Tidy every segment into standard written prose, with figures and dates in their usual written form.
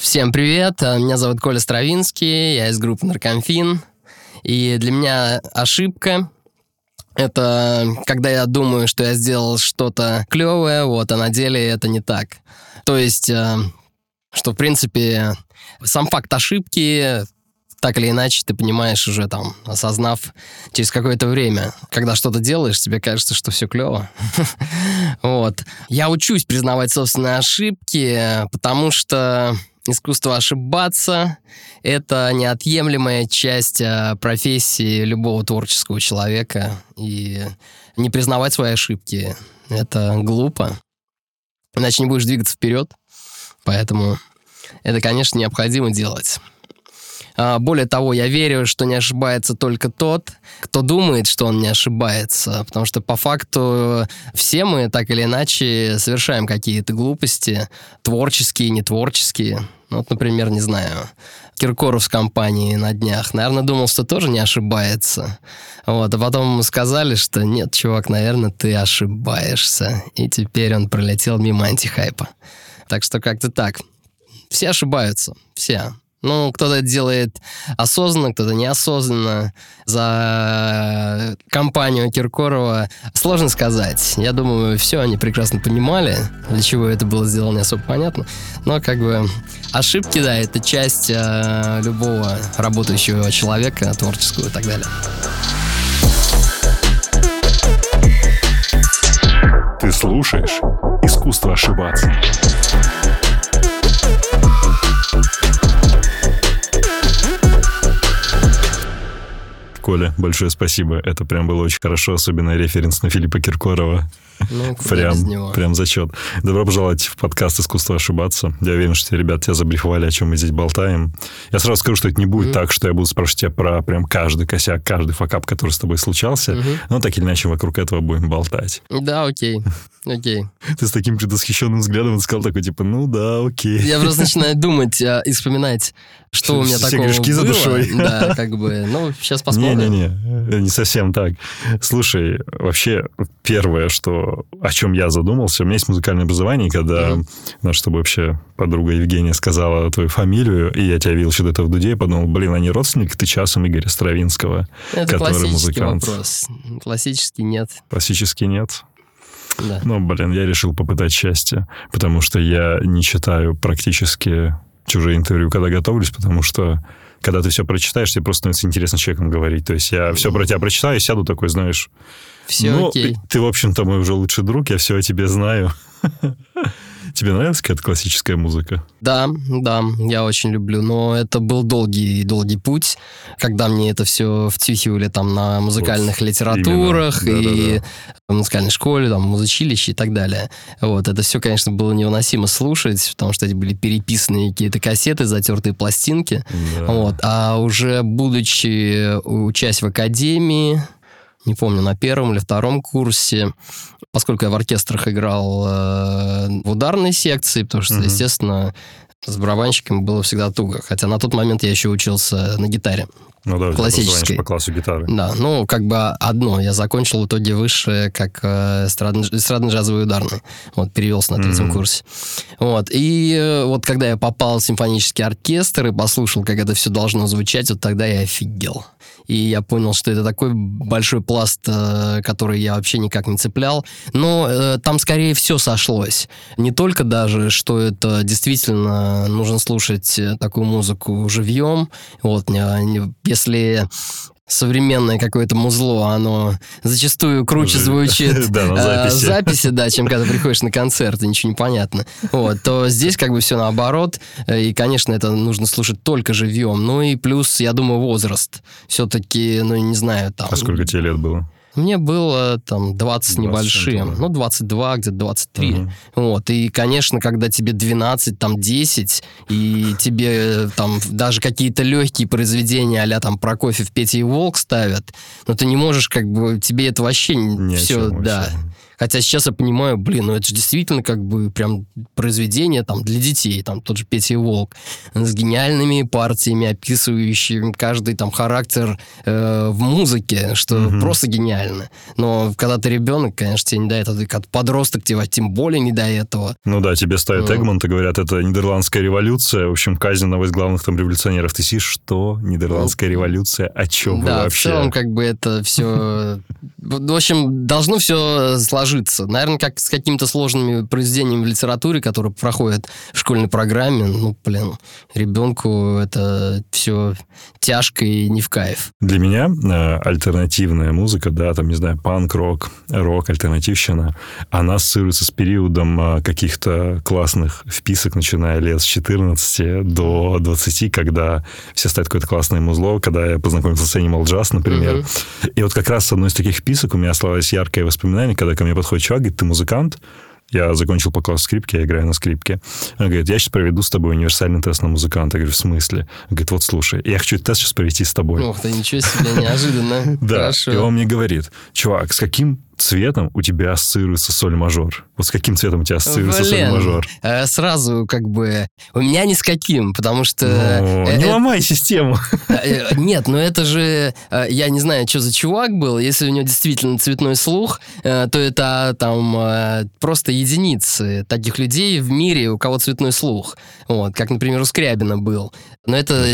Всем привет, меня зовут Коля Стравинский, я из группы Наркомфин. И для меня ошибка — это когда я думаю, что я сделал что-то клевое, а на деле это не так. То есть, что в принципе сам факт ошибки, так или иначе, ты понимаешь уже там, осознав через какое-то время, когда что-то делаешь, тебе кажется, что все клево. Я учусь признавать собственные ошибки, потому что искусство ошибаться — это неотъемлемая часть профессии любого творческого человека. И не признавать свои ошибки — это глупо. Иначе не будешь двигаться вперед. Поэтому это, конечно, необходимо делать. Более того, я верю, что не ошибается только тот, кто думает, что он не ошибается. Потому что по факту все мы так или иначе совершаем какие-то глупости, творческие, нетворческие. Например, не знаю, Киркоров с компанией на днях, наверное, думал, что тоже не ошибается. А потом ему сказали, что нет, чувак, наверное, ты ошибаешься. И теперь он пролетел мимо антихайпа. Так что как-то так. Все ошибаются, все. Кто-то это делает осознанно, кто-то неосознанно. За компанию Киркорова сложно сказать. Я думаю, все они прекрасно понимали, для чего это было сделано, не особо понятно. Но ошибки, да, это часть любого работающего человека, творческого и так далее. Ты слушаешь «Искусство ошибаться». Коля, большое спасибо. Это прям было очень хорошо, особенно референс на Филиппа Киркорова. Прям зачет. Добро пожаловать в подкаст «Искусство ошибаться». Я уверен, что ребята тебя забрифовали, о чем мы здесь болтаем. Я сразу скажу, что это не будет так, что я буду спрашивать тебя про прям каждый косяк, каждый факап, который с тобой случался. Но так или иначе вокруг этого будем болтать. Да, окей. Ты с таким предвосхищенным взглядом сказал такой, да, окей. Я просто начинаю думать и вспоминать, что у меня такого было. Все грешки за душой. Да, сейчас посмотрим. Не совсем так. Слушай, вообще, первое, о чем я задумался, у меня есть музыкальное образование, и когда наша с тобой вообще подруга Евгения сказала твою фамилию, и я тебя видел что-то это в Дуде, я подумал, а не родственник ты часом Игоря Стравинского, это который классический музыкант? Вопрос. Классический нет. Классический нет? Да. Я решил попытать счастье, потому что я не читаю практически чужие интервью, когда готовлюсь, потому что когда ты все прочитаешь, тебе просто становится интересно с человеком говорить. То есть я все про тебя прочитаю и сяду такой, знаешь... Все окей. Ты, в общем-то, мой уже лучший друг, я все о тебе знаю. Тебе нравится какая-то классическая музыка? Да, я очень люблю. Но это был долгий путь, когда мне это все втюхивали на музыкальных литературах и в музыкальной школе, в музучилище и так далее. Это все, конечно, было невыносимо слушать, потому что эти были переписанные какие-то кассеты, затертые пластинки. Да. А уже учась в академии, не помню, на первом или втором курсе, поскольку я в оркестрах играл в ударной секции, потому что, естественно, с барабанщиком было всегда туго. Хотя на тот момент я еще учился на гитаре. Классической. По классу гитары. Да, одно. Я закончил в итоге высшее, как эстрадно-джазовый ударный. Перевелся на третьем курсе. И когда я попал в симфонический оркестр и послушал, как это все должно звучать, тогда я офигел. И я понял, что это такой большой пласт, который я вообще никак не цеплял. Но там скорее все сошлось. Не только даже, что это действительно нужно слушать такую музыку живьем. Если современное какое-то музло, оно зачастую круче звучит в записи, чем когда приходишь на концерт, и ничего не понятно. То здесь все наоборот. И, конечно, это нужно слушать только живьем. И плюс, я думаю, возраст. Все-таки, не знаю, А сколько тебе лет было? Мне было 20 небольшим, 22, где-то 23. И, конечно, когда тебе 12, 10, и тебе даже какие-то легкие произведения а-ля Прокофьев, Петя и Волк ставят, но ты не можешь, тебе это вообще все, да. Хотя сейчас я понимаю, ну это же действительно как бы прям произведение там для детей, там тот же Петя и Волк, с гениальными партиями, описывающими каждый там характер в музыке, что просто гениально. Но когда ты ребенок, конечно, тебе не до этого, когда подросток, тебе тем более не до этого. Ну да, тебе ставят Эгмонт и говорят, это нидерландская революция, в общем, казнь одного из главных там революционеров. Ты сидишь, что? Нидерландская революция? О чем вы вообще? Да, в целом как бы это все... В общем, должно все сложиться. Наверное, как с какими-то сложными произведениями в литературе, которые проходят в школьной программе, ребенку это все тяжко и не в кайф. Для меня альтернативная музыка, да, там, не знаю, панк-рок, рок, альтернативщина, она ассоциируется с периодом каких-то классных вписок, начиная лет с 14 до 20, когда все ставят какое-то классное музло, когда я познакомился с Animal Jazz, например. И вот как раз с одной из таких вписок у меня осталось яркое воспоминание, когда ко мне подходит чувак, говорит, ты музыкант? Я закончил по классу скрипки, я играю на скрипке. Он говорит, я сейчас проведу с тобой универсальный тест на музыканта. Я говорю, в смысле? Он говорит, вот слушай, я хочу этот тест сейчас провести с тобой. Ох ты, ничего себе, неожиданно. Да, и он мне говорит, чувак, с каким цветом у тебя ассоциируется соль-мажор? Вот с каким цветом у тебя ассоциируется соль-мажор? Сразу как бы... У меня ни с каким, потому что... Не ломай систему. Нет, это же... Я не знаю, что за чувак был. Если у него действительно цветной слух, то это там просто единицы таких людей в мире, у кого цветной слух. Вот, как, например, у Скрябина был. Но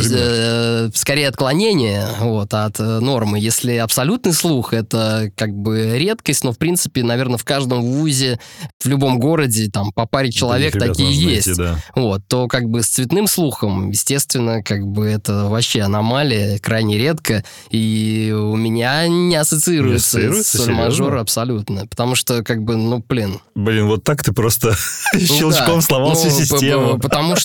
это скорее отклонение от нормы. Если абсолютный слух, это как бы редкость, но, в принципе, наверное, в каждом вузе, в любом городе, там, по паре человек такие есть. Найти, да. То как бы с цветным слухом, естественно, как бы это вообще аномалия, крайне редко, и у меня не ассоциируется с соль-мажор абсолютно, потому что, как бы, Блин, вот так ты просто щелчком сломал всю систему. Потому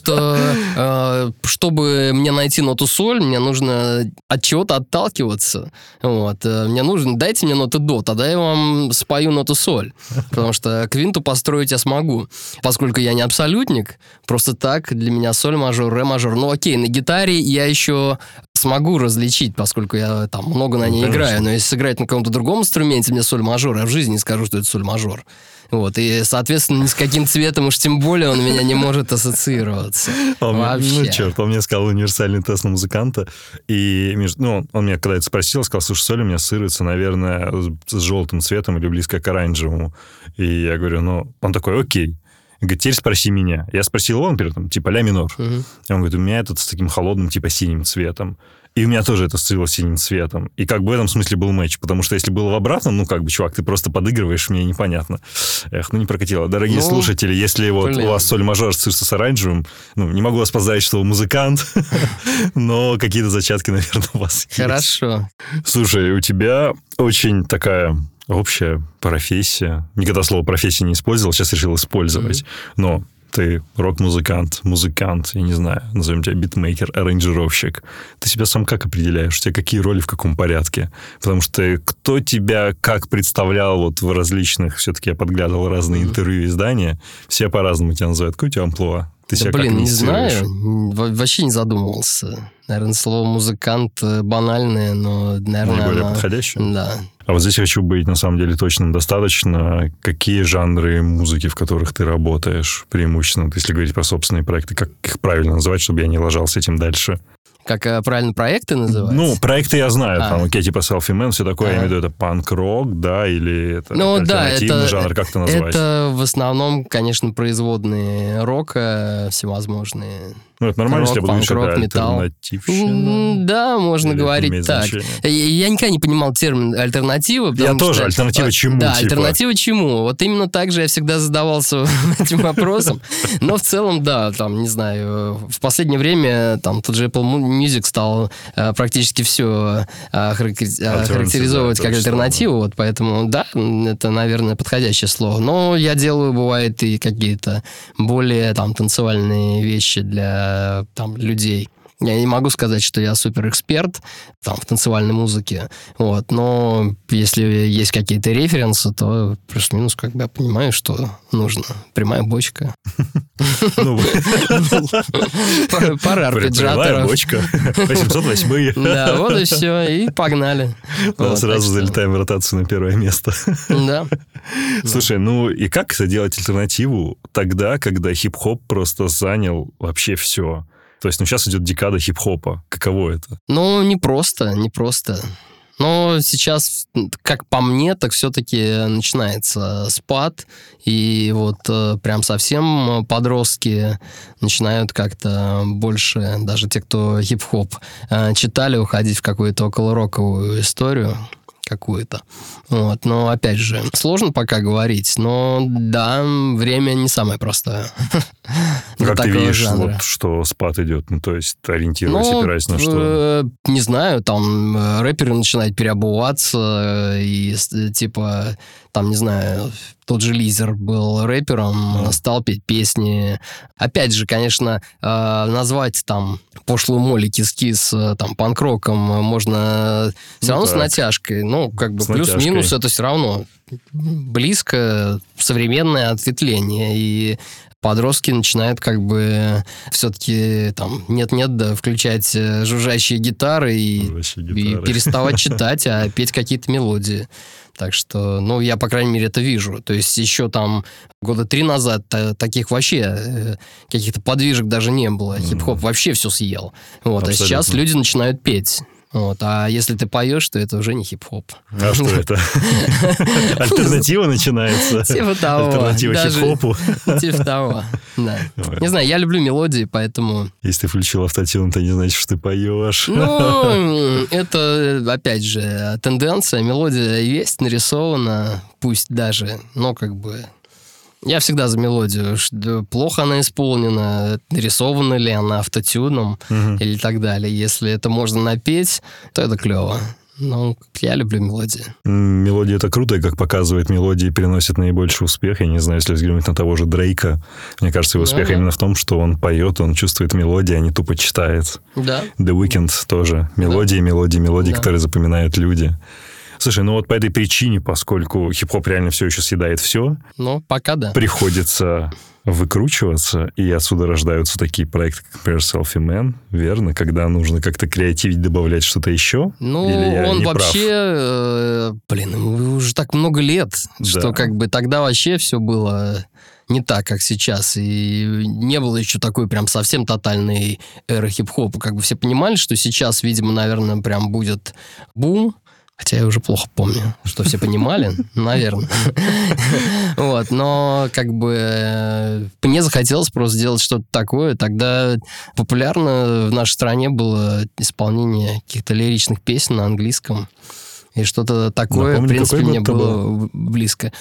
что, чтобы мне найти ноту соль, мне нужно от чего-то отталкиваться. Мне нужно, дайте мне ноту до, тогда я вам спою ноту соль. Потому что квинту построить я смогу. Поскольку я не абсолютник, просто так для меня соль-мажор, ре-мажор. Окей, на гитаре я еще смогу различить, поскольку я там много на ней играю. Но если сыграть на каком-то другом инструменте мне соль-мажор, я в жизни не скажу, что это соль-мажор. И, соответственно, ни с каким цветом, уж тем более, он у меня не может ассоциироваться. Вообще. Он мне сказал универсальный тест на музыканта. И он меня когда это спросил, сказал, слушай, соль у меня ассоциируется, наверное, с желтым цветом или близко к оранжевому. И я говорю, он такой, окей. Говорит, теперь спроси меня. Я спросил его, например, типа ля минор. И он говорит, у меня этот с таким холодным, типа синим цветом. И у меня тоже это ассоциировалось синим цветом. И как бы в этом смысле был матч. Потому что если было в обратном, чувак, ты просто подыгрываешь, мне непонятно. Не прокатило. Дорогие слушатели, если у вас соль-мажор ассоциируется с оранжевым, не могу вас поздравить, что вы музыкант, но какие-то зачатки, наверное, у вас есть. Хорошо. Слушай, у тебя очень такая общая профессия. Никогда слово профессия не использовал, сейчас решил использовать. Но ты рок-музыкант, я не знаю, назовем тебя битмейкер, аранжировщик. Ты себя сам как определяешь? У тебя какие роли, в каком порядке? Потому что кто тебя как представлял в различных... Все-таки я подглядывал разные интервью и издания. Все по-разному тебя называют. Какой у тебя амплуа? Ты себя как не знаю. Вообще не задумывался. Наверное, слово «музыкант» банальное, но, наверное... Наиболее подходящее? Да. А вот здесь хочу быть, на самом деле, точным достаточно. Какие жанры музыки, в которых ты работаешь, преимущественно, если говорить про собственные проекты, как их правильно называть, чтобы я не лажался этим дальше? Как правильно проекты называются? Проекты я знаю, там, типа Selfie Man, все такое, я имею в виду, это панк-рок, да, или это альтернативный жанр, как это назвать? Это в основном, конечно, производные рока всевозможные. Это нормально, если я буду говорить, альтернативщина? Да, можно говорить так. Я никогда не понимал термин «альтернатива». Я тоже. Альтернатива чему? Да, альтернатива чему? Вот именно так же я всегда задавался этим вопросом. Но в целом, да, там, не знаю, в последнее время там тот же Apple Music стал практически все характеризовывать как альтернативу, поэтому, да, это, наверное, подходящее слово. Но я делаю, бывает, и какие-то более там танцевальные вещи для людей. Я не могу сказать, что я суперэксперт там, в танцевальной музыке, вот, но если есть какие-то референсы, то плюс-минус как бы я понимаю, что нужно. Прямая бочка. Пара арпеджаторов. Прямая бочка. 808. Да, вот и все, и погнали. Сразу залетаем в ротацию на первое место. Да. Слушай, ну и как делать альтернативу тогда, когда хип-хоп просто занял вообще все? То есть, сейчас идет декада хип-хопа. Каково это? Ну, не просто. Но сейчас, как по мне, так все-таки начинается спад, и вот прям совсем подростки начинают как-то больше, даже те, кто хип-хоп читали, уходить в какую-то околороковую историю какую-то. Вот. Но, опять же, сложно пока говорить, но да, время не самое простое. Как ты видишь, вот, что спад идет? Ну, то есть, ориентируясь, опираясь на что? Не знаю, там рэперы начинают переобуваться, и типа, там, не знаю, тот же Лизер был рэпером, стал петь песни. Опять же, конечно, назвать там пошлую Молли Кис-Кис там панк-роком можно все равно с натяжкой. Ну, как бы плюс-минус это все равно близко, современное ответвление. И подростки начинают как бы все-таки там нет-нет, да, включать жужжащие гитары и переставать читать, а петь какие-то мелодии. Так что, ну, я, по крайней мере, это вижу. То есть еще там года 3 назад таких вообще каких-то подвижек даже не было. Хип-хоп вообще все съел. Вот. А сейчас люди начинают петь. Вот. А если ты поешь, то это уже не хип-хоп. А что это? Альтернатива начинается? Типа того. Альтернатива хип-хопу? Типа того, да. Не знаю, я люблю мелодии, поэтому... Если ты включил автотюн, то не значит, что ты поешь. Ну, это, опять же, тенденция. Мелодия есть, нарисована, пусть даже, но как бы... Я всегда за мелодию. Плохо она исполнена, нарисована ли она автотюном или так далее. Если это можно напеть, то это клево. Ну, я люблю мелодии. Мелодия — это круто, и, как показывает, мелодии переносят наибольший успех. Я не знаю, если взглянуть на того же Дрейка, мне кажется, его успех именно в том, что он поет, он чувствует мелодии, а не тупо читает. Да. The Weeknd тоже. Мелодии, которые запоминают люди. Слушай, ну вот по этой причине, поскольку хип-хоп реально все еще съедает все, ну, пока да. Приходится выкручиваться, и отсюда рождаются такие проекты, как, например, Selfie Man, верно? Когда нужно как-то креативить, добавлять что-то еще? Ну, он вообще... уже так много лет, что как бы тогда вообще все было... не так, как сейчас. И не было еще такой прям совсем тотальной эры хип-хопа. Как бы все понимали, что сейчас, видимо, наверное, прям будет бум. Хотя я уже плохо помню, что все понимали, наверное. Вот, но как бы мне захотелось просто сделать что-то такое. Тогда популярно в нашей стране было исполнение каких-то лиричных песен на английском. И что-то такое, в принципе, мне было близко.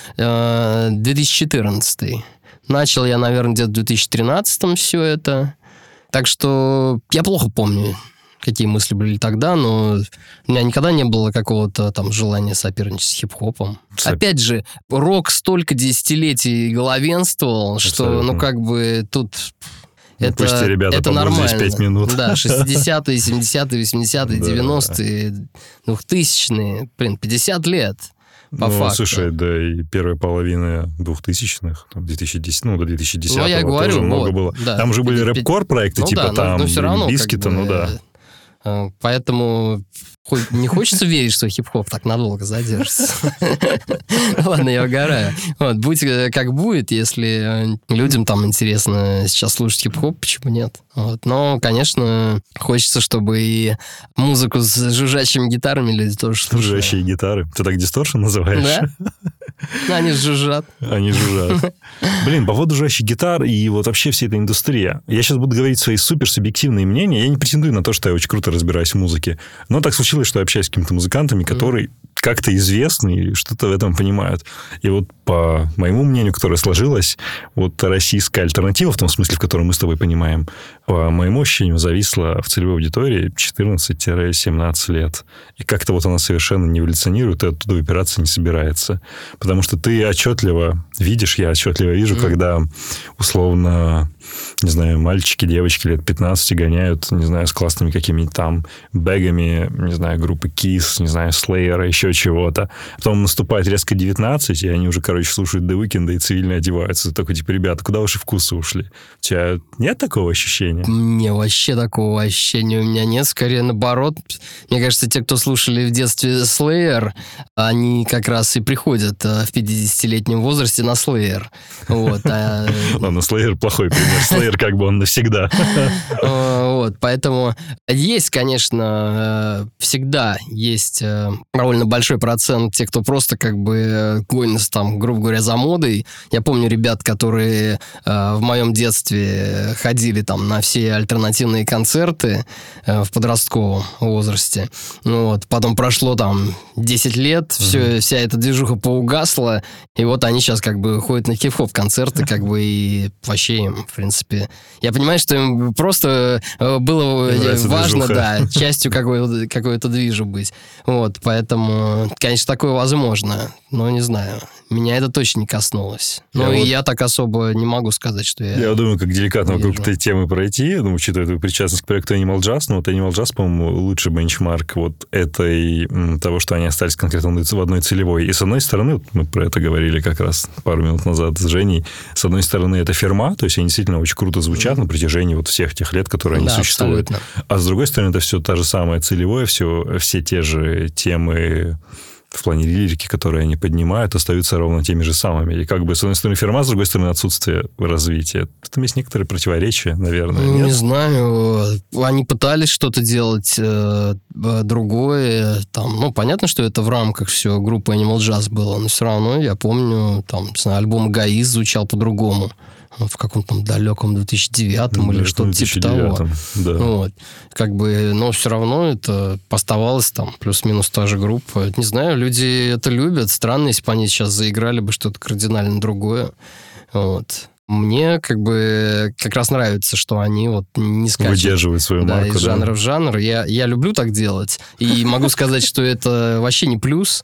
2014. Начал я, наверное, где-то в 2013 все это. Так что я плохо помню, какие мысли были тогда, но у меня никогда не было какого-то там желания соперничать с хип-хопом. Опять же, рок столько десятилетий главенствовал, что, ну, как бы тут... Это, пусть ребята это нормально. Здесь 5 минут. Да, 60-е, 70-е, 80-е, 90-е, 2000-е. 50 лет. По факту. Слушай, да и первая половина 2000-х, там, 2010, до 2010-го я говорю, тоже много было. Да, там же были рэп-кор проекты, типа там Бискита, Поэтому не хочется верить, что хип-хоп так надолго задержится. Ладно, я угораю. Будь как будет, если людям там интересно сейчас слушать хип-хоп, почему нет? Но, конечно, хочется, чтобы и музыку с жужжащими гитарами люди тоже слушали. Жужжащие гитары. Ты так дисторшн называешь? Да. Они жужжат. Они жужжат. Блин, по поводу жужжащих гитар и вот вообще всей этой индустрии. Я сейчас буду говорить свои суперсубъективные мнения. Я не претендую на то, что я очень круто разбираюсь в музыке. Но так случилось, что я общаюсь с какими-то музыкантами, которые как-то известны и что-то в этом понимают. И вот по моему мнению, которое сложилось, вот российская альтернатива, в том смысле, в котором мы с тобой понимаем, по моему ощущению, зависла в целевой аудитории 14-17 лет. И как-то вот она совершенно не эволюционирует и оттуда выбираться не собирается. Потому что ты отчетливо видишь, я отчетливо вижу, когда условно не знаю, мальчики, девочки лет 15 гоняют, не знаю, с классными какими-нибудь там бэгами, не знаю, группы Kiss, не знаю, Slayer, еще чего-то. Потом наступает резко 19, и они уже, короче, слушают The Weeknd и цивильно одеваются. Ты такой, типа, ребята, куда ваши вкусы ушли? У тебя нет такого ощущения? Не, вообще такого ощущения у меня нет. Скорее, наоборот. Мне кажется, те, кто слушали в детстве Slayer, они как раз и приходят в 50-летнем возрасте на Slayer. Вот. Ладно, Slayer плохой пример. Slayer как бы он навсегда. Вот, поэтому есть, конечно, всегда есть довольно большой процент тех, кто просто как бы гонится там, грубо говоря, за модой. Я помню ребят, которые в моем детстве ходили там на все альтернативные концерты в подростковом возрасте. Ну, вот, потом прошло там 10 лет, вся эта движуха поугасла, и вот они сейчас как бы ходят на хип-хоп концерты, как бы, и вообще им, в принципе... Я понимаю, что им просто было важно, да, частью какой-то движа быть. Вот, поэтому, конечно, такое возможно, но не знаю. Меня это точно не коснулось. Ну, и я так особо не могу сказать, что я... Я думаю, как деликатно вокруг этой темы пройти, я думаю, учитывая твою причастность к проекту Animal Jazz, но вот Animal Jazz, по-моему, лучший бенчмарк вот того, что они остались конкретно в одной целевой. И с одной стороны, вот мы про это говорили как раз пару минут назад с Женей, с одной стороны, это фирма, то есть они действительно очень круто звучат на протяжении вот всех тех лет, которые они существуют. Абсолютно. А с другой стороны, это все та же самая целевое, все те же темы в плане лирики, которые они поднимают, остаются ровно теми же самыми. И как бы, с одной стороны, фирма, с другой стороны, отсутствие развития. Там есть некоторые противоречия, наверное. Нет? Не знаю. Они пытались что-то делать другое. Там, ну, понятно, что это в рамках все группы Animal Jazz было, но все равно я помню, там, не знаю, альбом «Гаиз» звучал по-другому. В каком-то там далеком 2009-м или что-то типа того. Да. Вот. Как бы, но все равно это оставалось там плюс-минус та же группа. Не знаю, люди это любят. Странно, если бы они сейчас заиграли бы что-то кардинально другое. Вот. Мне как бы как раз нравится, что они вот не скачут. Выдерживают свою марку. Из жанра в жанр. Я люблю так делать. И могу сказать, что это вообще не плюс.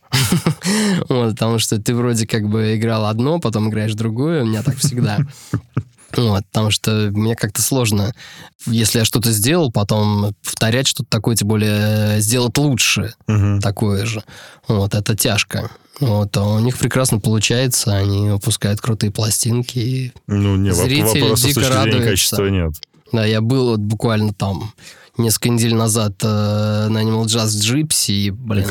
Потому что ты вроде как бы играл одно, потом играешь другое. У меня так всегда. Вот, потому что мне как-то сложно, если я что-то сделал, потом повторять что-то такое, тем более сделать лучше такое же. Вот, это тяжко. Вот, а у них прекрасно получается, они выпускают крутые пластинки. И зрители вопроса дико радуются. Качества нет. Да, я был вот буквально там несколько недель назад на Animal Jazz в Gypsy, и, блин,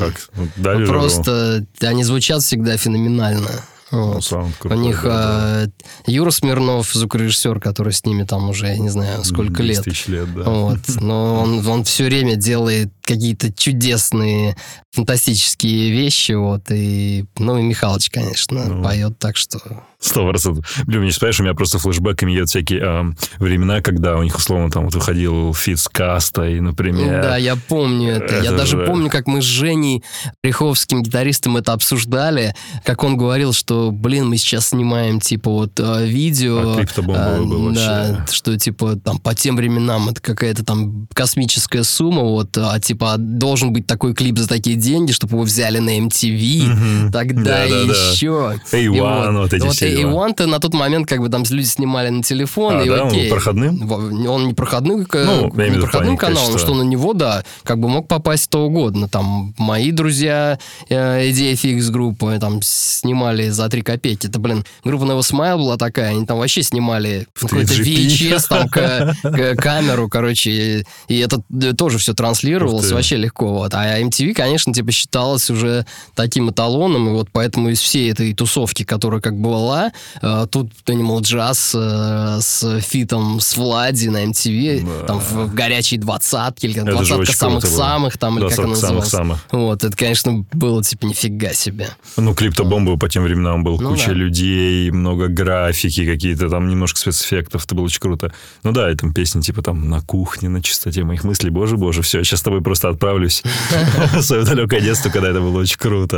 просто они звучат всегда феноменально. Вот. У них Юра Смирнов, звукорежиссер, который с ними там уже, я не знаю, сколько лет. 10 000 лет, да. Вот. Но он все время делает какие-то чудесные, фантастические вещи. Вот. И Михалыч, конечно, поет так, что... 100%. Блин, мне представляешь, у меня просто флешбэками идут всякие времена, когда у них, условно, там вот выходил фит с Кастой, например. Да, я помню это. Я даже помню, как мы с Женей Риховским, гитаристом, это обсуждали, как он говорил, что, блин, мы сейчас снимаем, типа, вот видео. Клип-то бомбовый был вообще. Да, что, типа, там, по тем временам это какая-то там космическая сумма, вот, типа, должен быть такой клип за такие деньги, чтобы его взяли на MTV, тогда еще. A1, вот эти все. A1-то на тот момент, как бы, там люди снимали на телефон, и да, окей. Он проходным? Он не проходным каналом, что на него, да, как бы мог попасть кто угодно. Там, мои друзья, Идея Фикс группа, там, снимали за 3 копейки. Это, блин, группа Never Smile была такая, они там вообще снимали какой-то VHS, там, камеру, короче, и это тоже все транслировалось вообще легко, вот. А MTV, конечно, типа, считалось уже таким эталоном, и вот поэтому из всей этой тусовки, которая как бы была, тут Animal Jazz с фитом с Влади на MTV, там, в горячей 20-ке, или 20-ка самых-самых, там, или как она называлась. Вот, это, конечно, было, типа, нифига себе. Клип-то бомбовый по тем временам был, куча людей, много графики, какие-то там немножко спецэффектов, это было очень круто. Ну да, и там песни, типа, там, на кухне, на чистоте моих мыслей, боже, все, я сейчас с тобой просто отправлюсь в свое далекое детство, когда это было очень круто.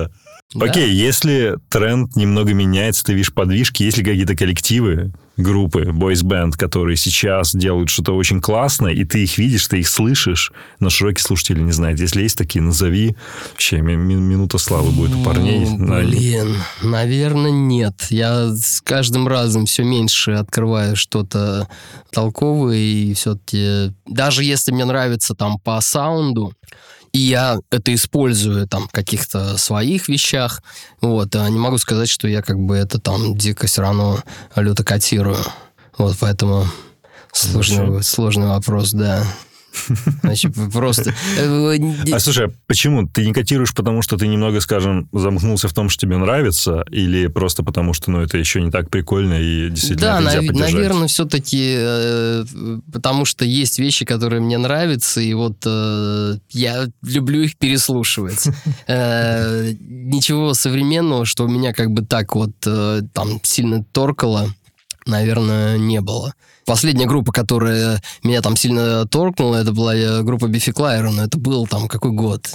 Окей, если тренд немного меняется, ты видишь подвижки, есть ли какие-то коллективы, группы, бойс-бенд, которые сейчас делают что-то очень классное, и ты их видишь, ты их слышишь, но широкий слушатель не знает. Если есть такие, назови. Вообще, минута славы будет у парней. Блин, наверное, нет. Я с каждым разом все меньше открываю что-то толковое, и все-таки даже если мне нравится там по саунду, и я это использую там в каких-то своих вещах, вот, а не могу сказать, что я как бы это там дико все равно люто котирую. Вот, поэтому сложный вопрос, да. Значит, просто... слушай, почему? Ты не котируешь, потому что ты немного, скажем, замкнулся в том, что тебе нравится, или просто потому что, это еще не так прикольно и действительно нельзя поддержать? Да, наверное, все-таки потому что есть вещи, которые мне нравятся, и вот я люблю их переслушивать. Ничего современного, что у меня как бы так вот там сильно торкало, наверное, не было. Последняя группа, которая меня там сильно торкнула, это была группа Biffy Clyro, но это был там какой год?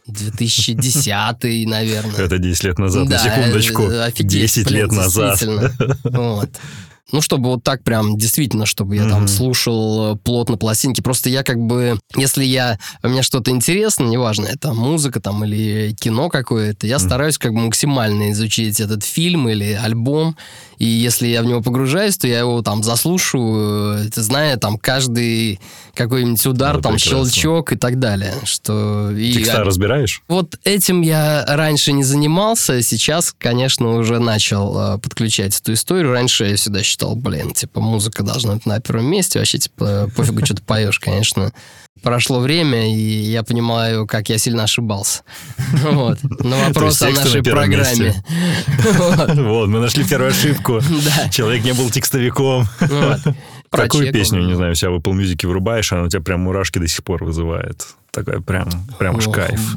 2010, наверное. Это 10 лет назад, да, на секундочку. 10 лет назад. Вот. Чтобы вот так прям, действительно, чтобы я там слушал плотно пластинки. Просто я как бы, если у меня что-то интересно, неважно, это музыка там или кино какое-то, я стараюсь как бы максимально изучить этот фильм или альбом. И если я в него погружаюсь, то я его там заслушаю, зная там каждый какой-нибудь удар, там прекрасно. Щелчок и так далее. Текста разбираешь? Вот этим я раньше не занимался, сейчас, конечно, уже начал подключать эту историю. Раньше я всегда считал, музыка должна быть на первом месте, вообще, пофигу, что ты поешь, конечно. Прошло время, и я понимаю, как я сильно ошибался. Вот. На вопрос о нашей программе. Вот, мы нашли первую ошибку. Человек не был текстовиком. Какую песню, не знаю, себя в Apple Music врубаешь, она у тебя прям мурашки до сих пор вызывает. Такая прям аж кайф.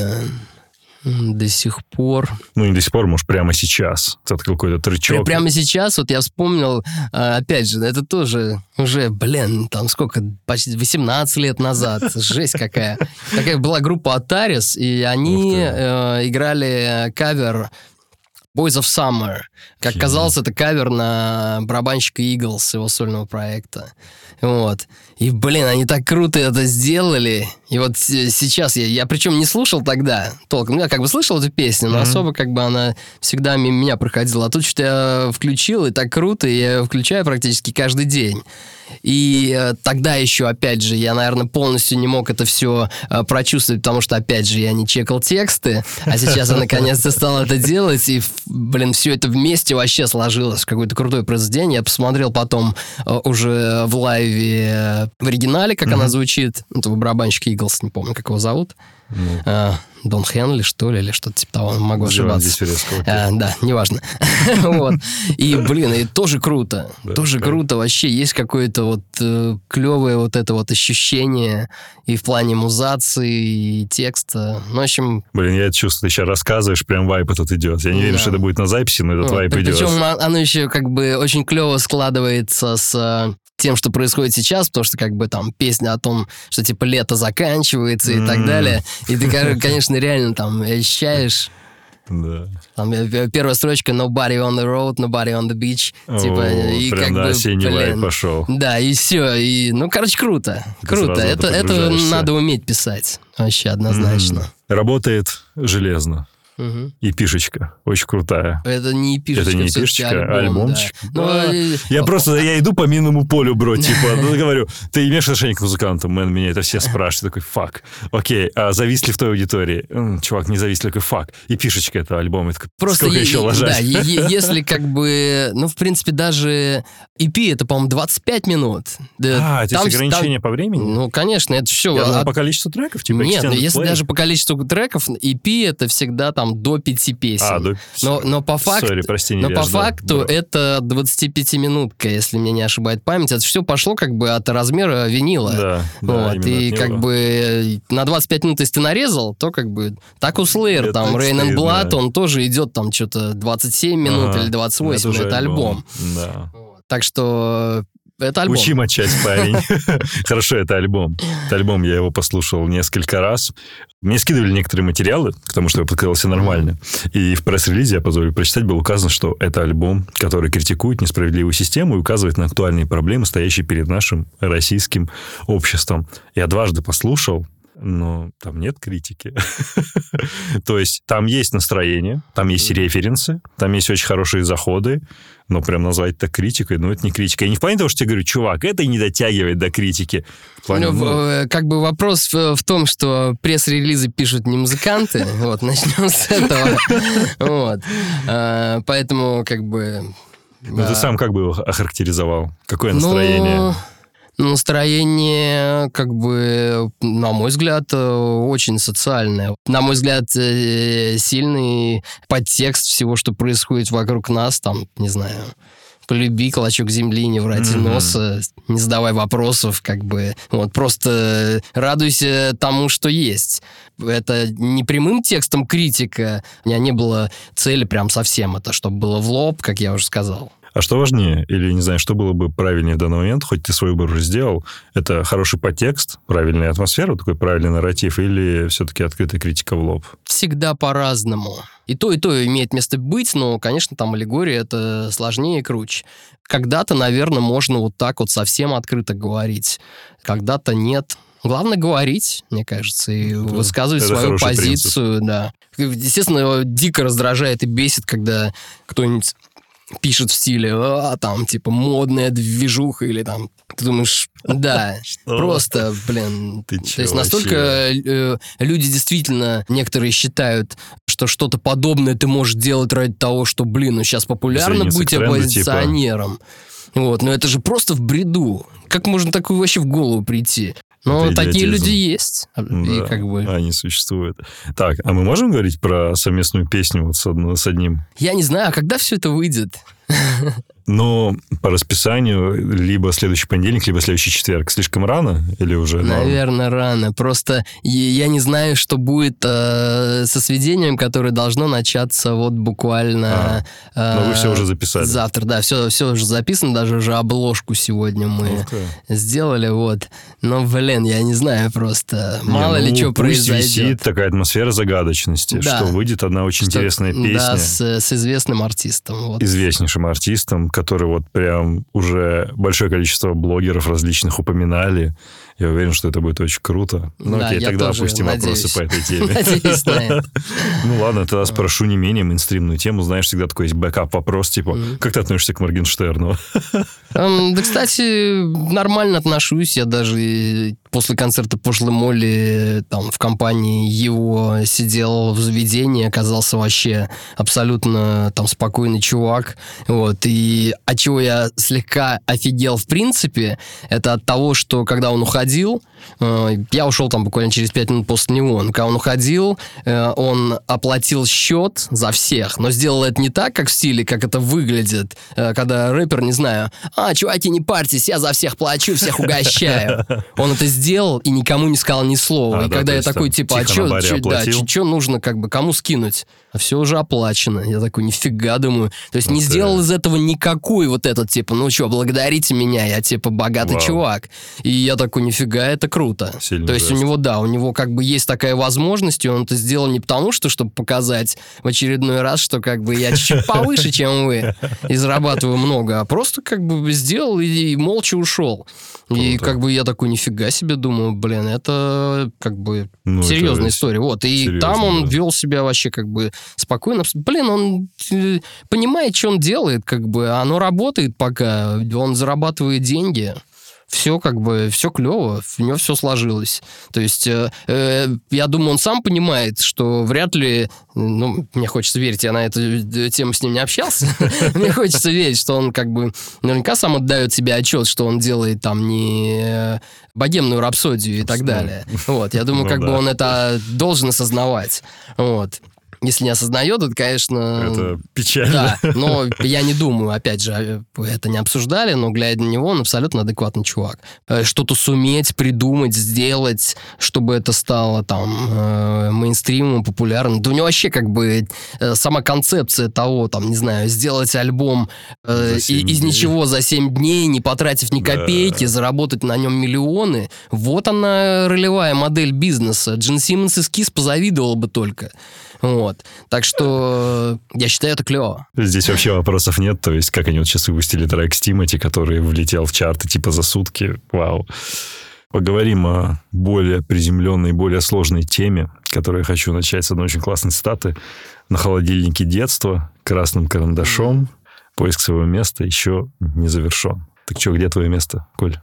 До сих пор. Не до сих пор, может, прямо сейчас. Это какой-то трючок. Прямо сейчас, вот я вспомнил, опять же, это тоже уже, там сколько, почти 18 лет назад. Жесть какая. Такая была группа Ataris, и они играли кавер Boys of Summer. Как казалось, это кавер на барабанщика Eagles, его сольного проекта. Вот. И, они так круто это сделали. И вот сейчас я причем не слушал тогда толком. Я как бы слышал эту песню, но особо как бы она всегда мимо меня проходила. А тут что-то я включил, и так круто, и я ее включаю практически каждый день. И тогда еще, опять же, я, наверное, полностью не мог это все прочувствовать, потому что, опять же, я не чекал тексты, а сейчас я наконец-то стал это делать, и, все это вместе вообще сложилось в какое-то крутое произведение. Я посмотрел потом уже в лайве в оригинале, как она звучит. Это барабанщик Eagles, не помню, как его зовут. Дон Хенли, что ли, или что-то типа того, могу ошибаться. Да, неважно. Вот. И, и тоже круто. Тоже круто. Вообще есть какое-то вот клевое вот это вот ощущение и в плане музации, и текста. В общем... я это чувствую. Ты сейчас рассказываешь, прям вайп этот идет. Я не верю, что это будет на записи, но этот вайп идет. Причем оно еще как бы очень клево складывается с тем, что происходит сейчас, потому что как бы там песня о том, что типа лето заканчивается и так далее. И ты, конечно, реально там ощущаешь... Да. Там первая строчка «Nobody on the road, nobody on the beach». И прям как бы, осенний вайп пошел. Да, и все. И, круто. Круто. Это надо уметь писать. Вообще однозначно. Работает железно. И пишечка. Очень крутая. Это не пишечка. Это не пишечка, а альбомчик. Да. Я иду по минному полю, бро, говорю, ты имеешь отношение к музыканту? Меня это все спрашивают. Такой, фак. Окей, а завис ли в той аудитории? Чувак, не завис ли, такой, фак. И пишечка это альбом. Просто сколько еще ложать? Да, если как бы, в принципе, даже EP это, по-моему, 25 минут. Это есть ограничение по времени? Конечно, это все. Я думал, по количеству треков? Нет, если даже по количеству треков, EP это всегда там до 5 песен. Но по факту, это 25-минутка, если мне не ошибает память. Это все пошло как бы от размера винила. Да, и как бы на 25 минут, если ты нарезал, то как бы так у Slayer, там Rain and Blood, он тоже идет там что-то 27 минут или 28, это альбом. Да. Так что Это альбом. Учи мочать, парень. Хорошо, это альбом. Это альбом, я его послушал несколько раз. Мне скидывали некоторые материалы, потому что я подготовился нормально. И в пресс-релизе, я позволю прочитать, было указано, что это альбом, который критикует несправедливую систему и указывает на актуальные проблемы, стоящие перед нашим российским обществом. Я дважды послушал, но там нет критики. То есть там есть настроение, там есть референсы, там есть очень хорошие заходы, но прям назвать это критикой, ну, это не критика. И не в плане того, что тебе говорю, чувак, это и не дотягивает до критики. Как бы вопрос в том, что пресс-релизы пишут не музыканты, вот, начнем с этого. Вот. Поэтому, как бы... Ну, ты сам как бы его охарактеризовал? Какое настроение? Настроение, как бы, на мой взгляд, очень социальное. На мой взгляд, сильный подтекст всего, что происходит вокруг нас, там, не знаю, полюби клочок земли, не врати носа, не задавай вопросов, как бы, вот, просто радуйся тому, что есть. Это не прямым текстом критика, у меня не было цели прям совсем это, чтобы было в лоб, как я уже сказал. А что важнее, или, не знаю, что было бы правильнее в данный момент, хоть ты свой выбор уже сделал, это хороший подтекст, правильная атмосфера, такой правильный нарратив, или все-таки открытая критика в лоб? Всегда по-разному. И то имеет место быть, но, конечно, там аллегория это сложнее и круче. Когда-то, наверное, можно вот так вот совсем открыто говорить, когда-то нет. Главное говорить, мне кажется, и высказывать свою позицию. Да. Естественно, дико раздражает и бесит, когда кто-нибудь пишет в стиле, там, типа, модная движуха, или там, ты думаешь, да, просто, блин. То есть настолько люди действительно, некоторые считают, что что-то подобное ты можешь делать ради того, что, блин, ну сейчас популярно быть оппозиционером. Типа... Вот, но это же просто в бреду. Как можно такое вообще в голову прийти? Но такие люди есть. Да, и как бы... они существуют. Так, а мы можем говорить про совместную песню вот с одним? Я не знаю, а когда все это выйдет? Но по расписанию либо следующий понедельник, либо следующий четверг. Слишком рано или уже? Наверное, рано. Просто я не знаю, что будет со сведением, которое должно начаться вот буквально... Но вы все уже записали. Завтра, да, все уже записано, даже уже обложку сегодня мы сделали, вот. Но, блин, я не знаю просто. Мало ли что произойдет. Висит такая атмосфера загадочности, что выйдет одна очень интересная песня. Да, с известным артистом. Вот. Известнейшим артистом, который вот прям уже большое количество блогеров различных упоминали. Я уверен, что это будет очень круто. Ну, да, окей, тогда опустим вопросы по этой теме. Надеюсь на это. Ну, ладно, тогда спрошу не менее мейнстримную тему. Знаешь, всегда такой есть бэкап-вопрос, типа, как ты относишься к Моргенштерну? Да, кстати, нормально отношусь. Я даже после концерта «Пошлой Молли» там в компании его сидел в заведении, оказался вообще абсолютно там спокойный чувак. Вот. И от чего я слегка офигел в принципе, это от того, что когда он уходил, я ушел там буквально через 5 минут после него, но когда он уходил, он оплатил счет за всех, но сделал это не так, как в стиле, как это выглядит, когда рэпер, не знаю, чуваки, не парьтесь, я за всех плачу, всех угощаю. Он это сделал и никому не сказал ни слова. И когда я такой, типа, что нужно, как бы, кому скинуть? А все уже оплачено. Я такой, нифига, думаю. То есть не сделал из этого никакой вот этот, типа, ну что, благодарите меня, я, типа, богатый чувак. И я такой, нифига, это круто. То есть у него как бы есть такая возможность, и он это сделал не потому, чтобы показать в очередной раз, что как бы я чуть-чуть повыше, чем вы, и зарабатываю много, а просто как бы сделал и молча ушел. Круто. И как бы я такой, нифига себе, думаю, блин, это как бы серьезная история. Вот. И серьезно, там он вел себя вообще как бы спокойно. Блин, он понимает, что он делает, как бы оно работает пока, он зарабатывает деньги. Все как бы, все клево, у него все сложилось. То есть, я думаю, он сам понимает, что вряд ли, ну, мне хочется верить, я на эту тему с ним не общался, мне хочется верить, что он как бы наверняка сам отдает себе отчет, что он делает там не богемную рапсодию и так далее. Вот, я думаю, как бы он это должен осознавать. Вот. если не осознает, это, конечно... Это печально. Да, но я не думаю, опять же, это не обсуждали, но, глядя на него, он абсолютно адекватный чувак. Что-то суметь, придумать, сделать, чтобы это стало там мейнстримом, популярным. Да у него вообще как бы сама концепция того, там, не знаю, сделать альбом из ничего за 7 дней, не потратив ни копейки, заработать на нем миллионы. Вот она ролевая модель бизнеса. Джин Симмонс из Kiss позавидовал бы только. Вот. Так что я считаю, это клево. Здесь вообще вопросов нет. То есть, как они вот сейчас выпустили трек с Тимати, который влетел в чарты типа за сутки. Вау. Поговорим о более приземленной, более сложной теме, которую я хочу начать с одной очень классной цитаты. На холодильнике детства, красным карандашом, поиск своего места еще не завершен. Так что, где твое место, Коль?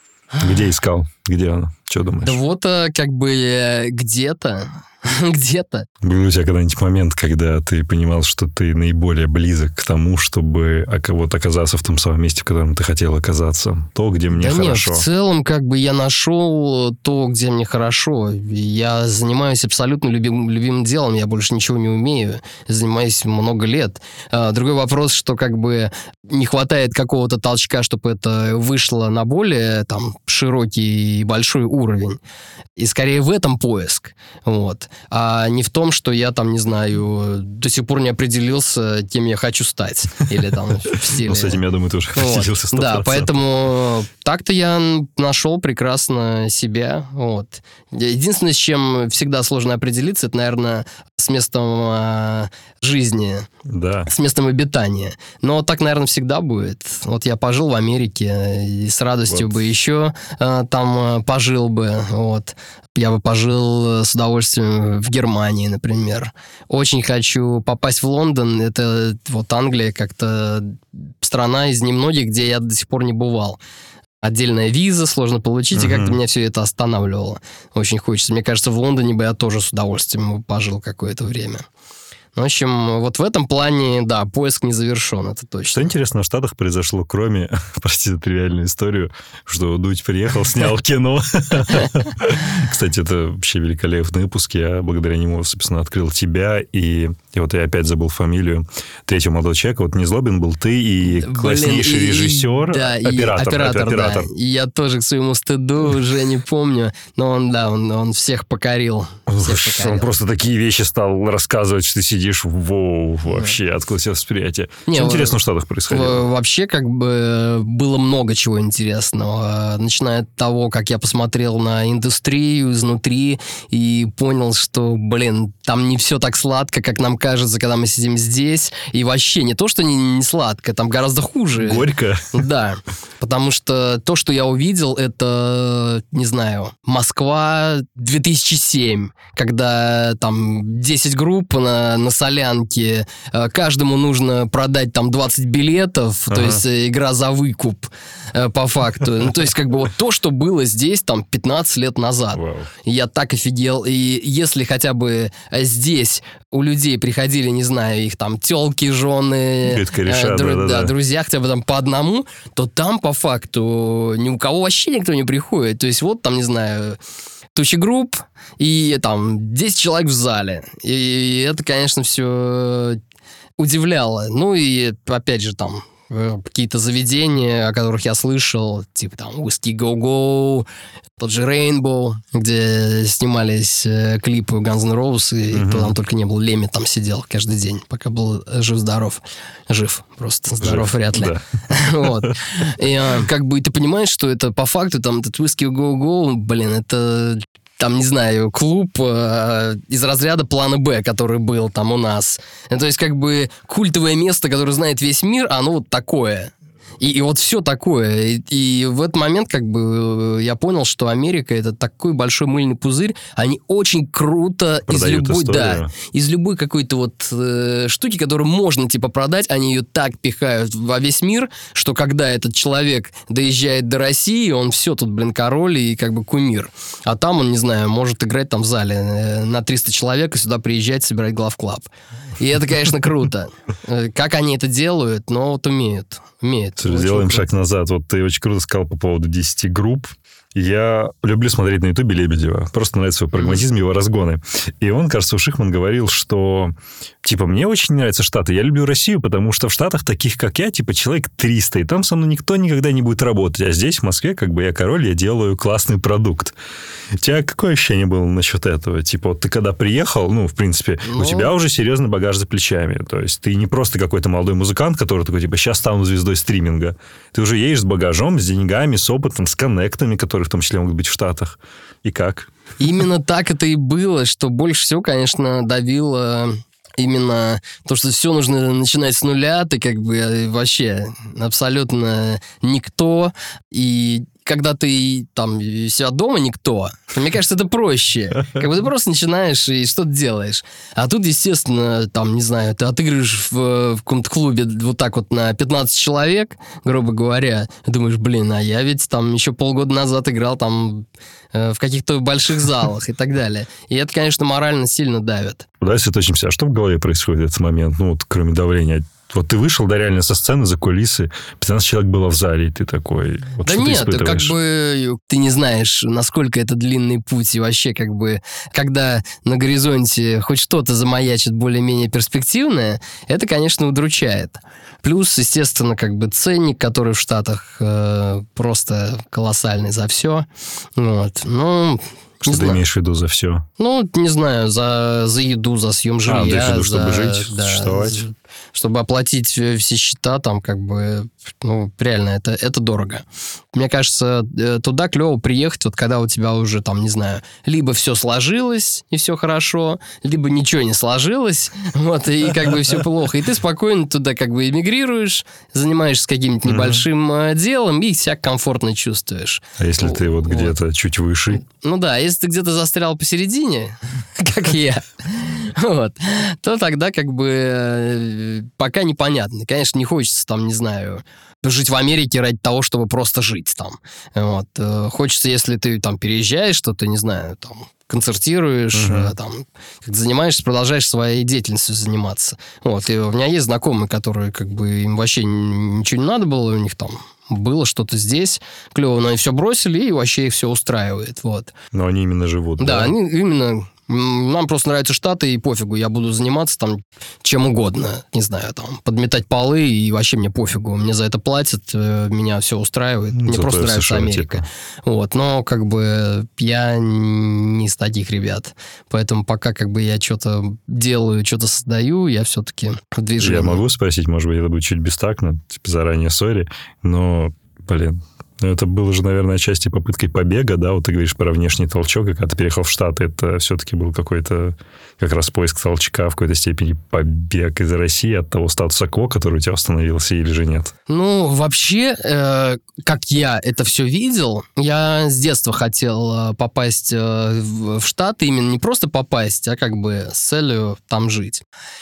Где искал? Где оно? Что думаешь? Да вот как бы где-то. Где-то. Был у тебя когда-нибудь момент, когда ты понимал, что ты наиболее близок к тому, чтобы вот оказаться в том самом месте, в котором ты хотел оказаться? То, где мне хорошо. Нет, в целом, как бы я нашел то, где мне хорошо. Я занимаюсь абсолютно любимым делом, я больше ничего не умею. Занимаюсь много лет. Другой вопрос, что как бы не хватает какого-то толчка, чтобы это вышло на более там широкий и большой уровень. И скорее в этом поиск. Вот. А не в том, что я там, не знаю, до сих пор не определился, кем я хочу стать. Или там в стиле... Ну, с этим, я думаю, ты уже определился 100%. Да, поэтому так-то я нашел прекрасно себя. Вот. Единственное, с чем всегда сложно определиться, это, наверное, с местом жизни, да. С местом обитания. Но так, наверное, всегда будет. Вот я пожил в Америке, и с радостью бы еще там пожил бы. Вот. Я бы пожил с удовольствием в Германии, например. Очень хочу попасть в Лондон. Это вот Англия как-то страна из немногих, где я до сих пор не бывал. Отдельная виза, сложно получить, и как-то меня все это останавливало. Очень хочется. Мне кажется, в Лондоне бы я тоже с удовольствием пожил какое-то время. В общем, вот в этом плане, да, поиск не завершен, это точно. Что интересно в Штатах произошло, кроме, прости за тривиальную историю, что Дудь приехал, снял кино. Кстати, это вообще великолепный выпуск. Я благодаря нему, собственно, открыл тебя, и вот я опять забыл фамилию третьего молодого человека. Вот Незлобин был ты и класснейший режиссер, да, оператор. Да. И я тоже к своему стыду уже не помню, но он всех покорил. Он просто такие вещи стал рассказывать, что ты сидишь, воу, вообще, откуда себе восприятие. Что интересно в Штатах происходило? Вообще, как бы, было много чего интересного. Начиная от того, как я посмотрел на индустрию изнутри и понял, что, там не все так сладко, как нам кажется, когда мы сидим здесь. И вообще, не то, что не сладко, там гораздо хуже. Горько? Да, потому что то, что я увидел, это, не знаю, Москва 2007, когда там 10 групп на Солянке, каждому нужно продать там 20 билетов, то есть игра за выкуп по факту. Ну, то есть как бы вот то, что было здесь там 15 лет назад. Я так офигел. И если хотя бы здесь у людей приходили, не знаю, их там тёлки, жены, друзья, хотя бы там по одному, то там по факту ни у кого вообще никто не приходит. То есть вот там, не знаю, туча групп и там 10 человек в зале. И это, конечно, все удивляло. Ну и опять же там какие-то заведения, о которых я слышал, типа там Whiskey Go Go, тот же Rainbow, где снимались клипы Guns N' Roses, и кто там только не был, Леми там сидел каждый день, пока был жив-здоров. Жив, просто здоров вряд ли. Да. Вот. И как бы ты понимаешь, что это по факту, там, этот Whiskey Go Go, это... Там, не знаю, клуб из разряда плана Б, который был там у нас. То есть, как бы, культовое место, которое знает весь мир, оно вот такое. И вот все такое. И в этот момент, как бы, я понял, что Америка — это такой большой мыльный пузырь. Они очень круто из любой какой-то вот штуки, которую можно, типа, продать, они ее так пихают во весь мир, что когда этот человек доезжает до России, он все тут, король и как бы кумир. А там он, не знаю, может играть там в зале на 300 человек и сюда приезжать, собирать главклаб. И это, конечно, круто. Как они это делают, но вот умеют. Сделаем шаг назад. Вот ты очень круто сказал по поводу 10 групп. Я люблю смотреть на Ютубе Лебедева. Просто нравится его прагматизм, его разгоны. И он, кажется, у Шихман говорил, что, типа, мне очень нравятся Штаты. Я люблю Россию, потому что в Штатах таких, как я, типа, человек 300. И там со мной никто никогда не будет работать. А здесь, в Москве, как бы я король, я делаю классный продукт. У тебя какое ощущение было насчет этого? Типа, вот ты когда приехал, ну, в принципе, у тебя уже серьезный багаж за плечами. То есть ты не просто какой-то молодой музыкант, который такой, типа, сейчас стану звездой стриминга. Ты уже едешь с багажом, с деньгами, с опытом, с коннектами, которые в том числе могут быть в Штатах. И как? Именно так это и было, что больше всего, конечно, давило именно то, что все нужно начинать с нуля, ты как бы вообще абсолютно никто, и когда ты там себя дома никто, мне кажется, это проще. Как бы ты просто начинаешь и что-то делаешь. А тут, естественно, там, не знаю, ты отыгрываешь в каком-то клубе вот так вот на 15 человек, грубо говоря, и думаешь, блин, а я ведь там еще полгода назад играл там в каких-то больших залах и так далее. И это, конечно, морально сильно давит. Давай сосредоточимся. А что в голове происходит в этот момент? Ну, вот кроме давления. Вот ты вышел, да, реально со сцены, за кулисы, 15 человек было в зале, и ты такой... Вот да нет, ты как бы ты не знаешь, насколько это длинный путь, и вообще как бы, когда на горизонте хоть что-то замаячит более-менее перспективное, это, конечно, удручает. Плюс, естественно, как бы ценник, который в Штатах просто колоссальный за все. Вот. Ну... Что ты имеешь в виду за все? Ну, не знаю, за еду, за съем жилья. Ты имеешь в виду, чтобы жить, да, существовать? Чтобы оплатить все счета, там, как бы, ну, реально, это дорого. Мне кажется, туда клево приехать, вот когда у тебя уже, там, не знаю, либо все сложилось, и все хорошо, либо ничего не сложилось, вот, и как бы все плохо. И ты спокойно туда как бы эмигрируешь, занимаешься каким-нибудь небольшим делом, и себя комфортно чувствуешь. А если ты вот где-то чуть выше? Ну да, если ты где-то застрял посередине, как я, вот, то тогда как бы пока непонятно. Конечно, не хочется там, не знаю, жить в Америке ради того, чтобы просто жить там. Вот. Хочется, если ты там переезжаешь, что ты, не знаю, там, концертируешь, там, как занимаешься, продолжаешь своей деятельностью заниматься. Вот. И у меня есть знакомые, которые как бы им вообще ничего не надо было, у них там было что-то здесь клево, но они все бросили, и вообще их все устраивает. Вот. Но они именно живут, да? Да, они именно... Нам просто нравятся Штаты, и пофигу, я буду заниматься там чем угодно, не знаю, там, подметать полы, и вообще мне пофигу, мне за это платят, меня все устраивает, мне просто нравится США, Америка. Типа. Вот, но как бы я не из таких ребят, поэтому пока как бы я что-то делаю, что-то создаю, я все-таки в движении. Я могу спросить, может быть, это будет чуть бестактно, типа заранее сори, но, блин... Это было же, наверное, отчасти попыткой побега, да? Вот ты говоришь про внешний толчок, и когда ты переехал в Штаты, это все-таки был какой-то как раз поиск толчка, в какой-то степени побег из России от того статуса кво, который у тебя установился, или же нет? Ну, вообще, как я это все видел, я с детства хотел попасть в Штаты, именно не просто попасть, а как бы с целью там жить.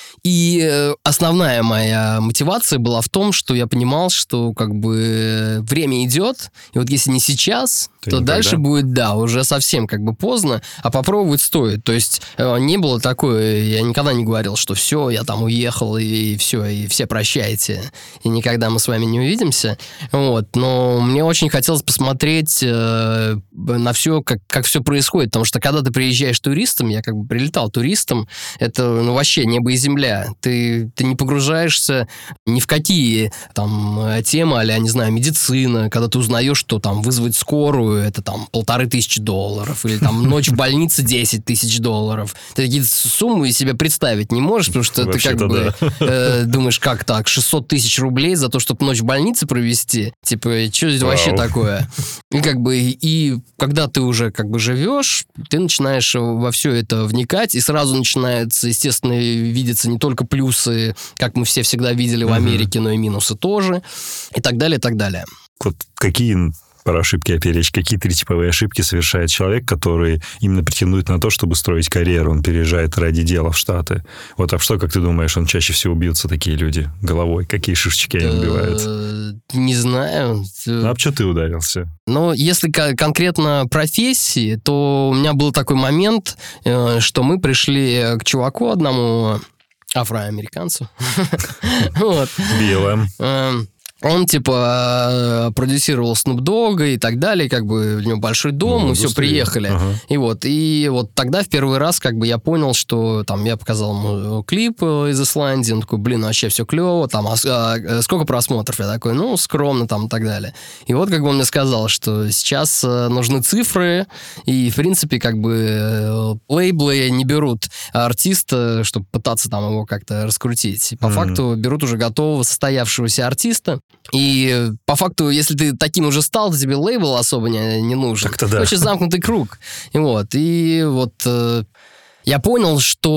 И основная моя мотивация была в том, что я понимал, что как бы время идет, и вот если не сейчас, то дальше будет, да, уже совсем как бы поздно, а попробовать стоит. То есть не было такое, я никогда не говорил, что все, я там уехал, и все, и все прощайте, и никогда мы с вами не увидимся. Вот. Но мне очень хотелось посмотреть на все, как все происходит, потому что когда ты приезжаешь туристом, я как бы прилетал туристом, это ну, вообще небо и земля. Ты не погружаешься ни в какие там темы, а-ля, не знаю, медицина, когда ты узнаешь, что там вызвать скорую, это там $1500, или там ночь в больнице $10 000. Ты такие суммы себе представить не можешь, потому что ты как бы думаешь, как так, 600 000 рублей за то, чтобы ночь в больнице провести? Типа, что это вообще такое? И как бы, и когда ты уже как бы живешь, ты начинаешь во все это вникать, и сразу начинается, естественно, видеться не только плюсы, как мы все всегда видели в Америке, но и минусы тоже, и так далее, и так далее. Вот какие про ошибки опять речь, какие 3 типовые ошибки совершает человек, который именно претендует на то, чтобы строить карьеру, он переезжает ради дела в Штаты. Вот, а что, как ты думаешь, он чаще всего бьются такие люди головой? Какие шишечки они убивают? Не знаю. Ну, а что ты ударился? Но если конкретно профессии, то у меня был такой момент, что мы пришли к чуваку одному, афроамериканцу. BLM. Он, типа, продюсировал Snoop Dogg и так далее, как бы, у него большой дом, мы все приехали. Ага. И вот тогда в первый раз, как бы, я понял, что, там, я показал ему клип из Исландии, он такой, блин, вообще все клево, там, сколько просмотров? Я такой, ну, скромно, там, и так далее. И вот, как бы, он мне сказал, что сейчас нужны цифры, и, в принципе, как бы, лейблы не берут артиста, чтобы пытаться, там, его как-то раскрутить. И по факту берут уже готового состоявшегося артиста. И по факту, если ты таким уже стал, то тебе лейбл особо не нужен. Так-то да. Очень замкнутый круг. И вот я понял,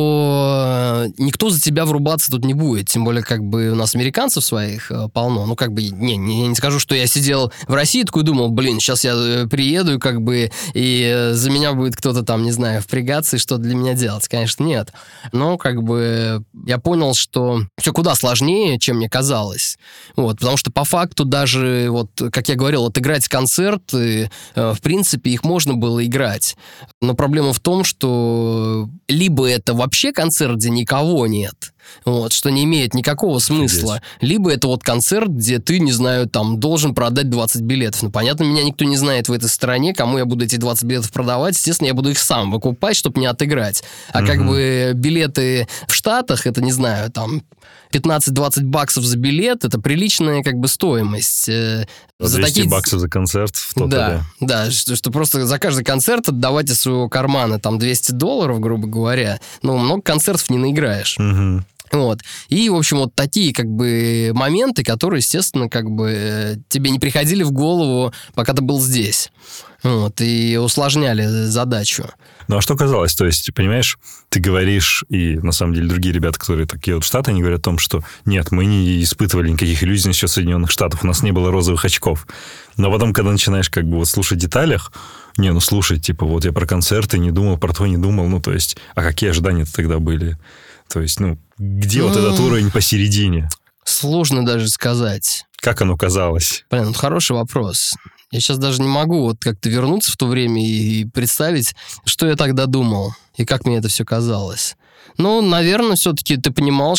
что никто за тебя врубаться тут не будет. Тем более, как бы, у нас американцев своих полно. Ну, как бы, не скажу, что я сидел в России, такой думал, блин, сейчас я приеду, как бы, и за меня будет кто-то там, не знаю, впрягаться и что для меня делать. Конечно, нет. Но, как бы, я понял, что все куда сложнее, чем мне казалось. Вот, потому что по факту даже, вот, как я говорил, вот играть концерты, в принципе, их можно было играть. Но проблема в том, что либо это вообще концерт, где никого нет, вот, что не имеет никакого смысла, либо это вот концерт, где ты, не знаю, там, должен продать 20 билетов. Ну, понятно, меня никто не знает в этой стране, кому я буду эти 20 билетов продавать, естественно, я буду их сам выкупать, чтобы не отыграть. А как бы билеты в Штатах, это, не знаю, там, 15-20 баксов за билет, это приличная, как бы, стоимость. 200 баксов за концерт в тотале. Да, что просто за каждый концерт отдавать из своего кармана там $200, грубо говоря, но много концертов не наиграешь. Вот. И, в общем, вот такие, как бы, моменты, которые, естественно, как бы, тебе не приходили в голову, пока ты был здесь. Вот, и усложняли задачу. Ну, а что казалось? То есть, понимаешь, ты говоришь, и на самом деле другие ребята, которые такие вот в Штаты, они говорят о том, что нет, мы не испытывали никаких иллюзий насчет Соединенных Штатов, у нас не было розовых очков. Но потом, когда начинаешь как бы вот слушать в деталях, слушай, типа, вот я про концерты не думал, про то не думал, ну, то есть, а какие ожидания тогда были? То есть, где вот этот уровень посередине? Сложно даже сказать. Как оно казалось? Блин, хороший вопрос. Я сейчас даже не могу вот как-то вернуться в то время и представить, что я тогда думал и как мне это все казалось. Ну, наверное, все-таки ты понимал,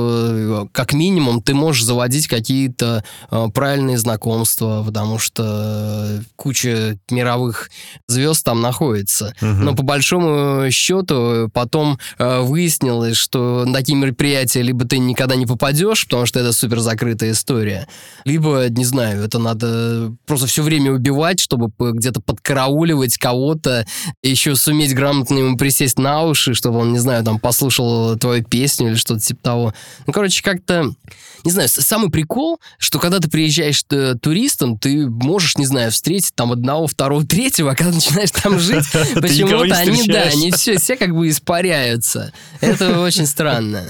что как минимум ты можешь заводить какие-то правильные знакомства, потому что куча мировых звезд там находится. Но по большому счету потом выяснилось, что на такие мероприятия либо ты никогда не попадешь, потому что это супер закрытая история, либо, не знаю, это надо просто все время убивать, чтобы где-то подкарауливать кого-то, еще суметь грамотно ему присесть на уши, чтобы он, не знаю, там послушал твою песню или что-то типа того. Ну, короче, как-то, не знаю, самый прикол, что когда ты приезжаешь туристом, ты можешь, не знаю, встретить там одного, второго, третьего, а когда начинаешь там жить, почему-то они все как бы испаряются. Это очень странно.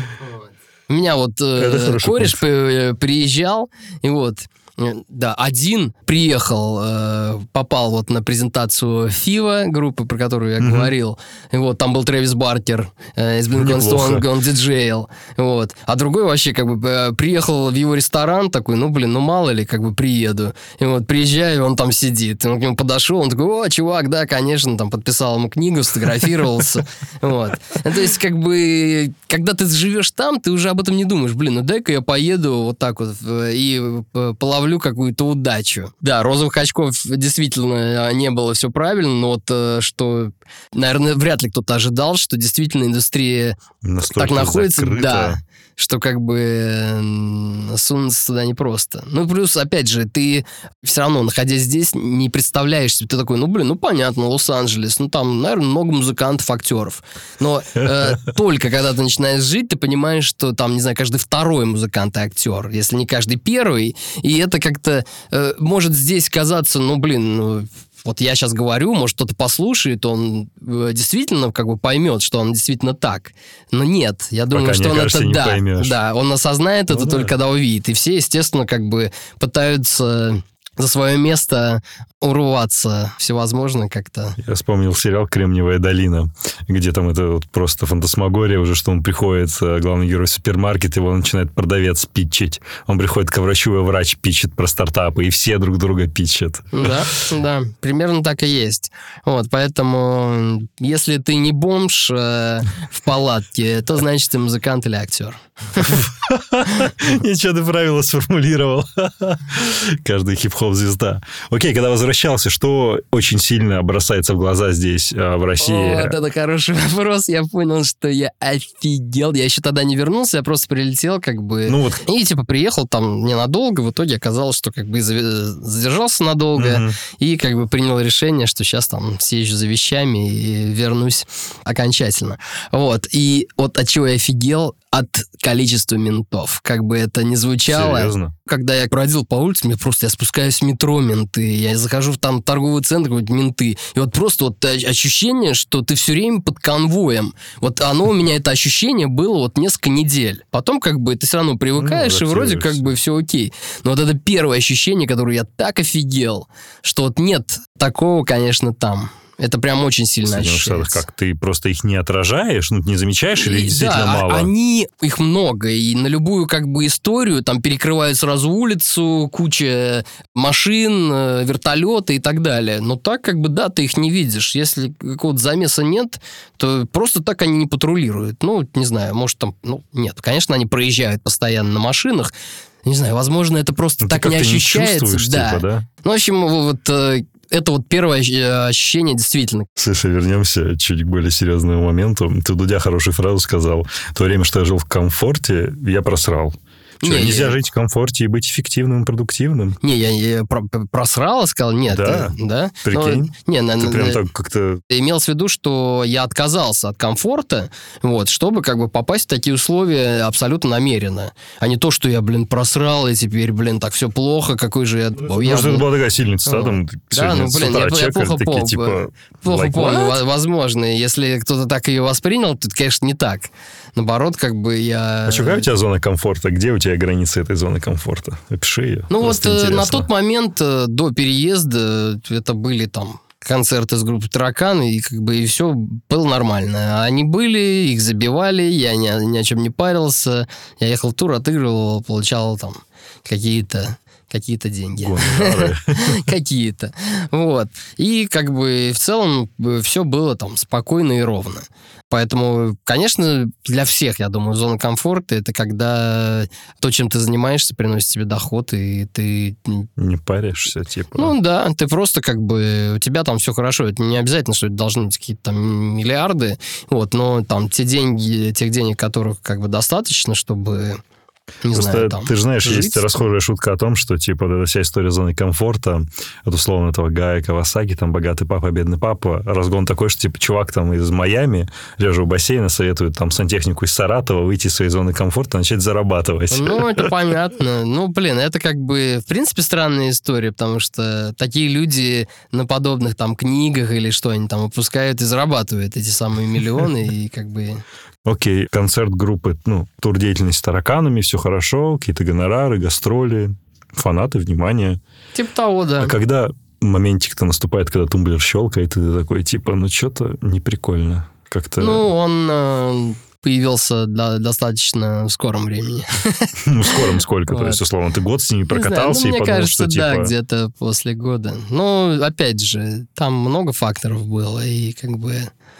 У меня вот кореш приезжал, и вот, да, один приехал, попал вот на презентацию Фива, группы, про которую я говорил. И вот там был Трэвис Баркер из Blink-182, он диджейл. Вот. А другой вообще как бы приехал в его ресторан, такой, мало ли, как бы приеду. И вот приезжаю, он там сидит. Он к нему подошел, он такой, о, чувак, да, конечно, там подписал ему книгу, сфотографировался. Вот. То есть как бы, когда ты живешь там, ты уже об этом не думаешь. Дай-ка я поеду вот так вот и половлю какую-то удачу. Да, розовых очков действительно не было, все правильно, но вот что, наверное, вряд ли кто-то ожидал, что действительно индустрия настолько так находится, закрыта. Да, что как бы сунуться туда непросто. Ну, плюс, опять же, ты все равно, находясь здесь, не представляешь себе, ты такой, понятно, Лос-Анджелес, там, наверное, много музыкантов, актеров. Но только когда ты начинаешь жить, ты понимаешь, что там, не знаю, каждый второй музыкант и актер, если не каждый первый, и это как-то может здесь казаться, вот я сейчас говорю, может, кто-то послушает, он действительно как бы поймет, что он действительно так. Но нет, я думаю, пока что он это... Не поймешь. Да, он осознает это только когда увидит. И все, естественно, как бы пытаются за свое место урваться всевозможно как-то. Я вспомнил сериал «Кремниевая долина», где там это вот просто фантасмагория уже, что он приходит, главный герой в супермаркет, его начинает продавец питчить. Он приходит к врачу, и врач питчит про стартапы, и все друг друга питчат. Да, примерно так и есть. Вот, поэтому, если ты не бомж в палатке, то значит ты музыкант или актер. Ничего, ты правильно сформулировал. Каждый хип-хоп звезда. Окей, когда возвращался, что очень сильно бросается в глаза здесь, в России? Вот это хороший вопрос. Я понял, что я офигел. Я еще тогда не вернулся, я просто прилетел как бы. И типа приехал там ненадолго. В итоге оказалось, что как бы задержался надолго. И как бы принял решение, что сейчас там съезжу за вещами и вернусь окончательно. Вот. И вот от чего я офигел, от количества ментов. Как бы это ни звучало. Серьезно? Когда я бродил по улице, я спускаюсь в метро, менты. Я захожу в там торговый центр, менты. И вот просто вот ощущение, что ты все время под конвоем. Вот оно у меня, это ощущение было вот несколько недель. Потом как бы ты все равно привыкаешь, и вроде как бы все окей. Но вот это первое ощущение, которое я так офигел, что вот нет такого, конечно, там. Это прям очень сильно ощущается. Как, ты просто их не отражаешь, не замечаешь или действительно мало? Их много, и на любую как бы историю там перекрывают сразу улицу, куча машин, вертолеты и так далее. Но так как бы, да, ты их не видишь. Если какого-то замеса нет, то просто так они не патрулируют. Не знаю, может там, нет. Конечно, они проезжают постоянно на машинах. Не знаю, возможно, это просто так не ощущается. Да. В общем, вот... Это вот первое ощущение действительно. Слушай, вернемся чуть к более серьезному моменту. Ты, Дудя, хорошую фразу сказал. В то время, что я жил в комфорте, я просрал. Нельзя жить в комфорте и быть эффективным и продуктивным? Не, я просрал и сказал, нет. Да? Прикинь? Ты прям так как-то... Имелось в виду, что я отказался от комфорта, вот, чтобы как бы попасть в такие условия абсолютно намеренно. А не то, что я, просрал, и теперь, так все плохо, какой же я... Может, это была такая сильная цитата? Да, я плохо помню. Возможно, если кто-то так ее воспринял, то это, конечно, не так. Наоборот, как бы я... А какая у тебя зона комфорта? Где у тебя границы этой зоны комфорта? Опиши ее. На тот момент до переезда это были там концерты с группой «Таракан», и как бы и все было нормально. Они были, их забивали, я ни о чем не парился. Я ехал в тур, отыгрывал, получал там какие-то деньги. Какие-то. Вот. И как бы в целом все было там спокойно и ровно. Поэтому, конечно, для всех, я думаю, зона комфорта — это когда то, чем ты занимаешься, приносит тебе доход, и ты... Не паришься, типа... Да, ты просто как бы... У тебя там все хорошо. Это не обязательно, что это должны быть какие-то там миллиарды, вот, но там тех денег, которых как бы достаточно, чтобы... Ты же знаешь, есть расхожая шутка о том, что, типа, эта вся история зоны комфорта, от условно этого Гая Кавасаки, там, богатый папа, бедный папа, разгон такой, что, типа, чувак там из Майами, лежа у бассейна, советует там сантехнику из Саратова выйти из своей зоны комфорта, начать зарабатывать. Это понятно. Это как бы, в принципе, странная история, потому что такие люди на подобных там книгах или что они там выпускают и зарабатывают эти самые миллионы, и как бы... Окей, концерт группы, тур деятельности с «Тараканами», все хорошо, какие-то гонорары, гастроли, фанаты, внимание. Типа того, да. А когда моментик-то наступает, когда тумблер щелкает, и ты такой, типа, что-то не прикольно. Как-то... Он появился достаточно в скором времени. Скором сколько? То есть, условно, ты год с ними прокатался и подумал, кажется, что, типа... да, где-то после года. Опять же, там много факторов было, и как бы...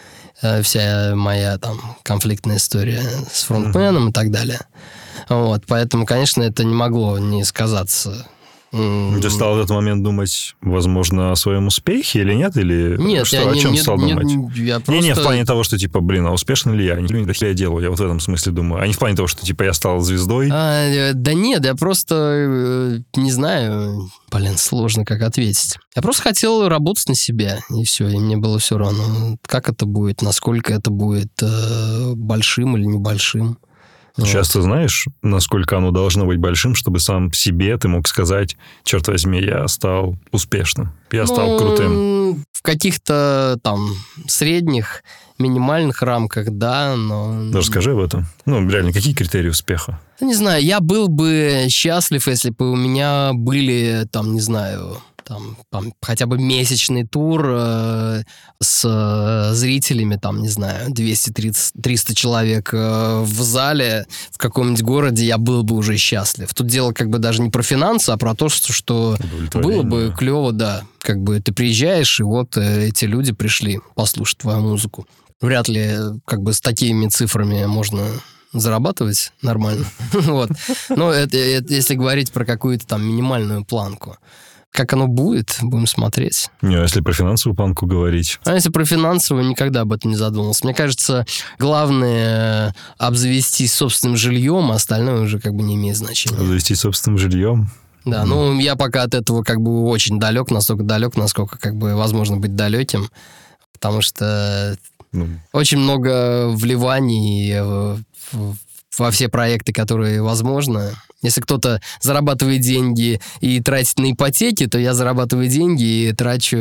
вся моя там конфликтная история с фронтменом и так далее. Вот, поэтому, конечно, это не могло не сказаться. Ты стал в этот момент думать, возможно, о своем успехе или нет? Или нет, о чем стал думать? Не, в плане того, что, типа, а успешен ли я? Что я делаю? Я вот в этом смысле думаю. А не в плане того, что, типа, я стал звездой? Да нет, я просто не знаю. Сложно как ответить. Я просто хотел работать на себя, и все. И мне было все равно, как это будет, насколько это будет большим или небольшим. Сейчас ты знаешь, насколько оно должно быть большим, чтобы сам себе ты мог сказать, черт возьми, я стал успешным, я стал крутым? В каких-то там средних, минимальных рамках, да, но... Расскажи об этом. Реально, какие критерии успеха? Не знаю, я был бы счастлив, если бы у меня были, там, не знаю... Там, хотя бы месячный тур с зрителями, там, не знаю, 200-300 человек в зале в каком-нибудь городе, я был бы уже счастлив. Тут дело как бы даже не про финансы, а про то, что было бы клево, да. Как бы ты приезжаешь, и вот эти люди пришли послушать твою музыку. Вряд ли как бы с такими цифрами можно зарабатывать нормально. Вот. Но это если говорить про какую-то там минимальную планку. Как оно будет, будем смотреть. Не, если про финансовую планку говорить. А если про финансовую, никогда об этом не задумывался. Мне кажется, главное обзавестись собственным жильем, а остальное уже как бы не имеет значения. Обзавестись собственным жильем? Да, я пока от этого как бы очень далек, настолько далек, насколько как бы возможно быть далеким, потому что очень много вливаний во все проекты, которые возможно. Если кто-то зарабатывает деньги и тратит на ипотеки, то я зарабатываю деньги и трачу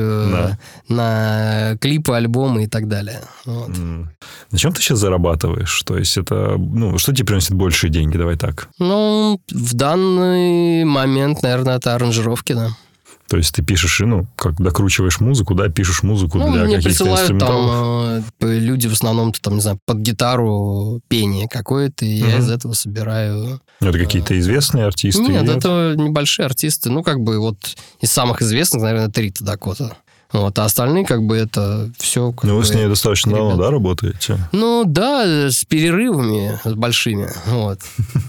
на клипы, альбомы и так далее. Вот. На чем ты сейчас зарабатываешь? То есть это... что тебе приносит большие деньги? Давай так. В данный момент, наверное, это аранжировки, да. То есть ты пишешь, как докручиваешь музыку, да, пишешь музыку для каких-то инструменталов? Там люди в основном-то, там, не знаю, под гитару пение какое-то, и я из этого собираю... Это какие-то известные артисты? Нет, это небольшие артисты. Из самых известных, наверное, это Рита Дакота. А остальные, как бы, это все... Вы с ней достаточно давно, да, работаете? Да, с перерывами, с большими, вот.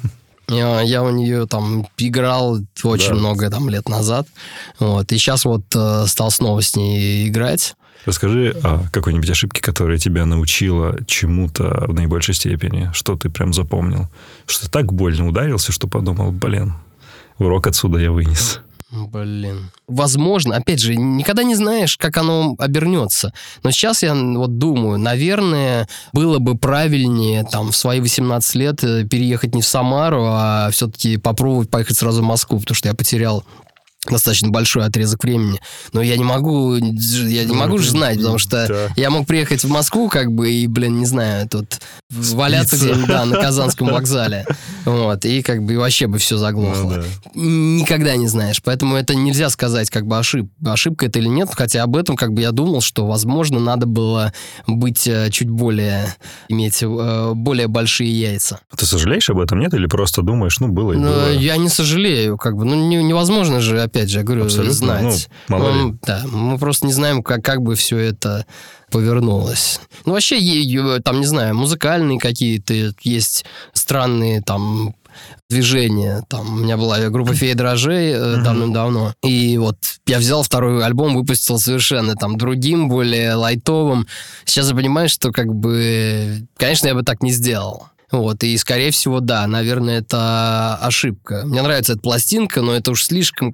Я у нее там играл очень много лет назад. И сейчас стал снова с ней играть. Расскажи о какой-нибудь ошибке, которая тебя научила чему-то в наибольшей степени. Что ты прям запомнил? Что ты так больно ударился, что подумал, урок отсюда я вынес. Возможно, опять же, никогда не знаешь, как оно обернется. Но сейчас я думаю, наверное, было бы правильнее в свои 18 лет переехать не в Самару, а все-таки попробовать поехать сразу в Москву, потому что я потерял достаточно большой отрезок времени. Но я не могу же знать, потому что я мог приехать в Москву, и, не знаю, тут валяться где-нибудь, на Казанском вокзале. И вообще бы все заглохло. Никогда не знаешь. Поэтому это нельзя сказать, ошибка это или нет. Хотя об этом, я думал, что, возможно, надо было быть чуть более, иметь более большие яйца. Ты сожалеешь об этом, нет? Или просто думаешь, было и было? Я не сожалею, невозможно же, опять же, я говорю, абсолютно, знать. Да, мы просто не знаем, как бы все это повернулось. Вообще, не знаю, музыкальные какие-то есть странные движения. У меня была группа «Фея дрожжей» давным-давно. И я взял второй альбом, выпустил совершенно другим, более лайтовым. Сейчас я понимаю, что конечно, я бы так не сделал. И, скорее всего, да, наверное, это ошибка. Мне нравится эта пластинка, но это уж слишком,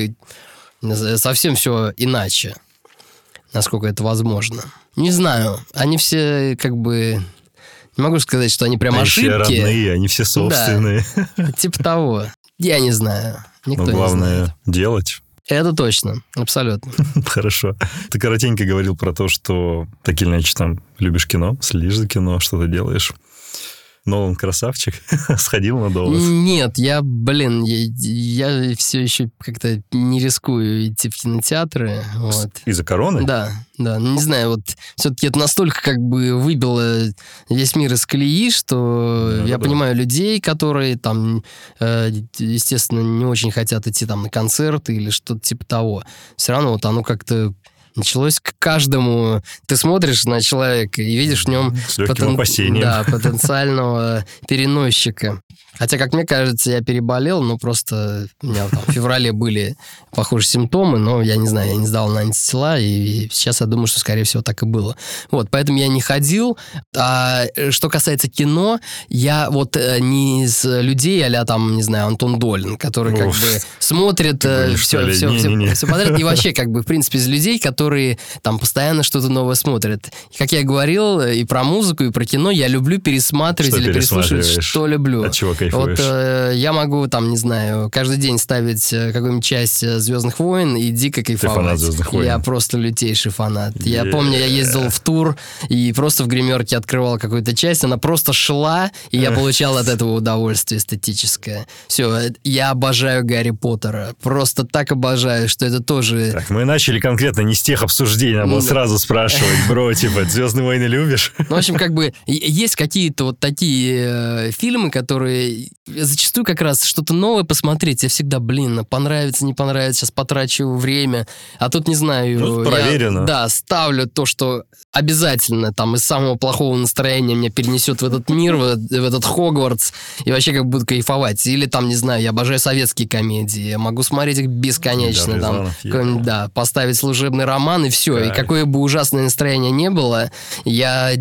совсем все иначе, насколько это возможно. Не знаю, они все, не могу сказать, что они прям ошибки. Они все родные, они все собственные. Да, типа того. Я не знаю. Никто но главное не знает. Делать. Это точно, абсолютно. Хорошо. Ты коротенько говорил про то, что так или иначе любишь кино, следишь за кино, что ты делаешь. Нолан красавчик? Сходил на довод? Нет, я все еще как-то не рискую идти в кинотеатры. Из-за короны? Да. Не знаю, все-таки это настолько выбило весь мир из колеи, что я понимаю людей, которые естественно, не очень хотят идти на концерты или что-то типа того. Все равно оно как-то началось к каждому. Ты смотришь на человека и видишь в нем потенциального переносчика. Хотя, как мне кажется, я переболел, но просто у меня там в феврале были похожие симптомы, но я не знаю, я не сдал на антитела, и сейчас я думаю, что, скорее всего, так и было. Вот, поэтому я не ходил. А что касается кино, я вот не из людей а-ля там, не знаю, Антон Долин, который как бы смотрит все подряд, и вообще как бы, в принципе, из людей, которые там постоянно что-то новое смотрят. И, как я говорил, и про музыку, и про кино я люблю пересматривать или переслушивать, что люблю. От чего кайфуешь? Вот я могу там, не знаю, каждый день ставить какую-нибудь часть «Звездных войн» и дико кайфовать. Ты фанат «Звездных войн»? Я просто лютейший фанат. Я помню, я ездил в тур и просто в гримерке открывал какую-то часть, она просто шла, и я получал от этого удовольствие эстетическое. Все, я обожаю Гарри Поттера. Просто так обожаю, что это тоже... Так, мы начали конкретно не с тех обсуждений, надо было сразу спрашивать, бро, типа, «Звездные войны» любишь? Ну, в общем, как бы, есть какие-то вот такие фильмы, которые зачастую как раз что-то новое посмотреть. Я всегда, понравится, не понравится, сейчас потрачу время. А тут, не знаю... Ну, проверено. Да, ставлю то, что обязательно там из самого плохого настроения меня перенесет в этот мир, в этот Хогвартс, и вообще как буду кайфовать. Или там, не знаю, я обожаю советские комедии, я могу смотреть их бесконечно. Да, поставить служебный роман, и все. И какое бы ужасное настроение не было, я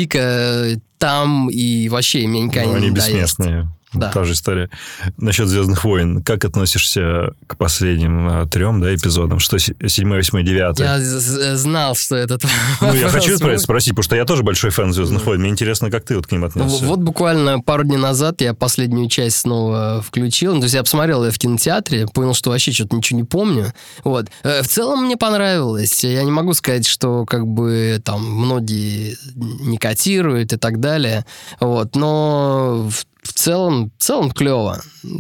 дико там, и вообще меня никогда не надоест. Они бессмертные. Да. Та же история. Насчет «Звездных войн». Как относишься к последним 3 эпизодам? Что 7, 8, 9? Я знал, что это вопрос. Я хочу спросить, потому что я тоже большой фан «Звездных войн». Мне интересно, как ты вот к ним относишься. Вот буквально пару дней назад я последнюю часть снова включил. То есть я посмотрел ее в кинотеатре, понял, что вообще что-то ничего не помню. Вот. В целом мне понравилось. Я не могу сказать, что как бы там многие не котируют и так далее. Вот. Но... В целом клево.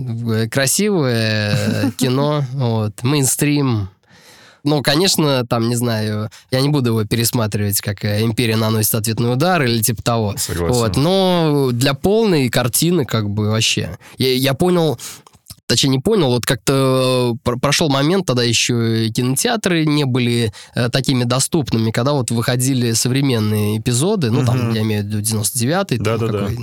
Красивое кино, вот, мейнстрим. Ну, конечно, там, не знаю, я не буду его пересматривать, как «Империя наносит ответный удар» или типа того. Согласен. Вот, но для полной картины как бы вообще. Я понял... Точнее, не понял, вот как-то прошел момент, тогда еще и кинотеатры не были такими доступными, когда вот выходили современные эпизоды, ну, там, я имею в виду 99-й, там, какой...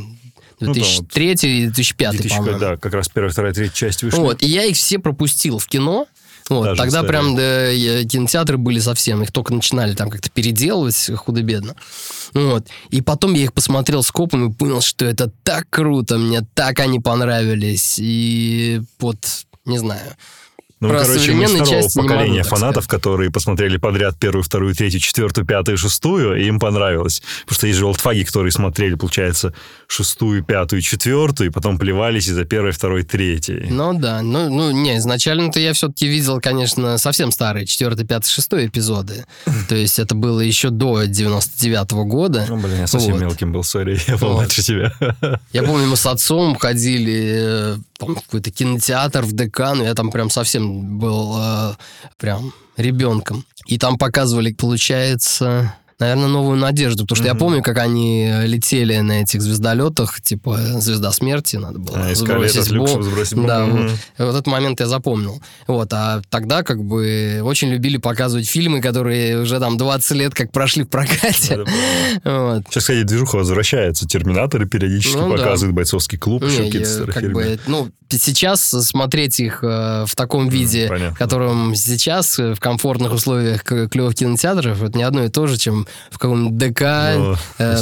2003 и 2005, по-моему. Да, как раз 1, 2, 3 часть вышли. Вот, и я их все пропустил в кино. Вот, тогда прям кинотеатры были совсем, их только начинали там как-то переделывать худо-бедно. Вот. И потом я их посмотрел скопом и понял, что это так круто, мне так они понравились. И вот, не знаю... Ну, короче, мы из второго поколения фанатов, которые посмотрели подряд 1, 2, 3, 4, 5, 6, и им понравилось. Потому что есть же олдфаги, которые смотрели, получается, 6, 5, 4, и потом плевались из-за 1, 2, 3. Ну да, не, изначально-то я все-таки видел, конечно, совсем старые 4, 5, 6 эпизоды. То есть это было еще до 99-го года. Ну, блин, я совсем мелким был, сори, я был младше тебя. Я помню, мы с отцом ходили в какой-то кинотеатр в ДК, но я там прям совсем был прям ребенком. И там показывали, получается, наверное, «Новую надежду», потому что я помню, как они летели на этих звездолетах, типа «Звезда смерти», надо было сбросить бомбу. Да, вот этот момент я запомнил. Вот, а тогда как бы очень любили показывать фильмы, которые уже там 20 лет как прошли в прокате. Вот. Сейчас, кстати, движуха возвращается. «Терминаторы» периодически показывают, «Бойцовский клуб», еще какие-то старые фильмы. Сейчас смотреть их в таком виде, в котором сейчас, в комфортных условиях клевых кинотеатров, это не одно и то же, чем в каком-нибудь ДК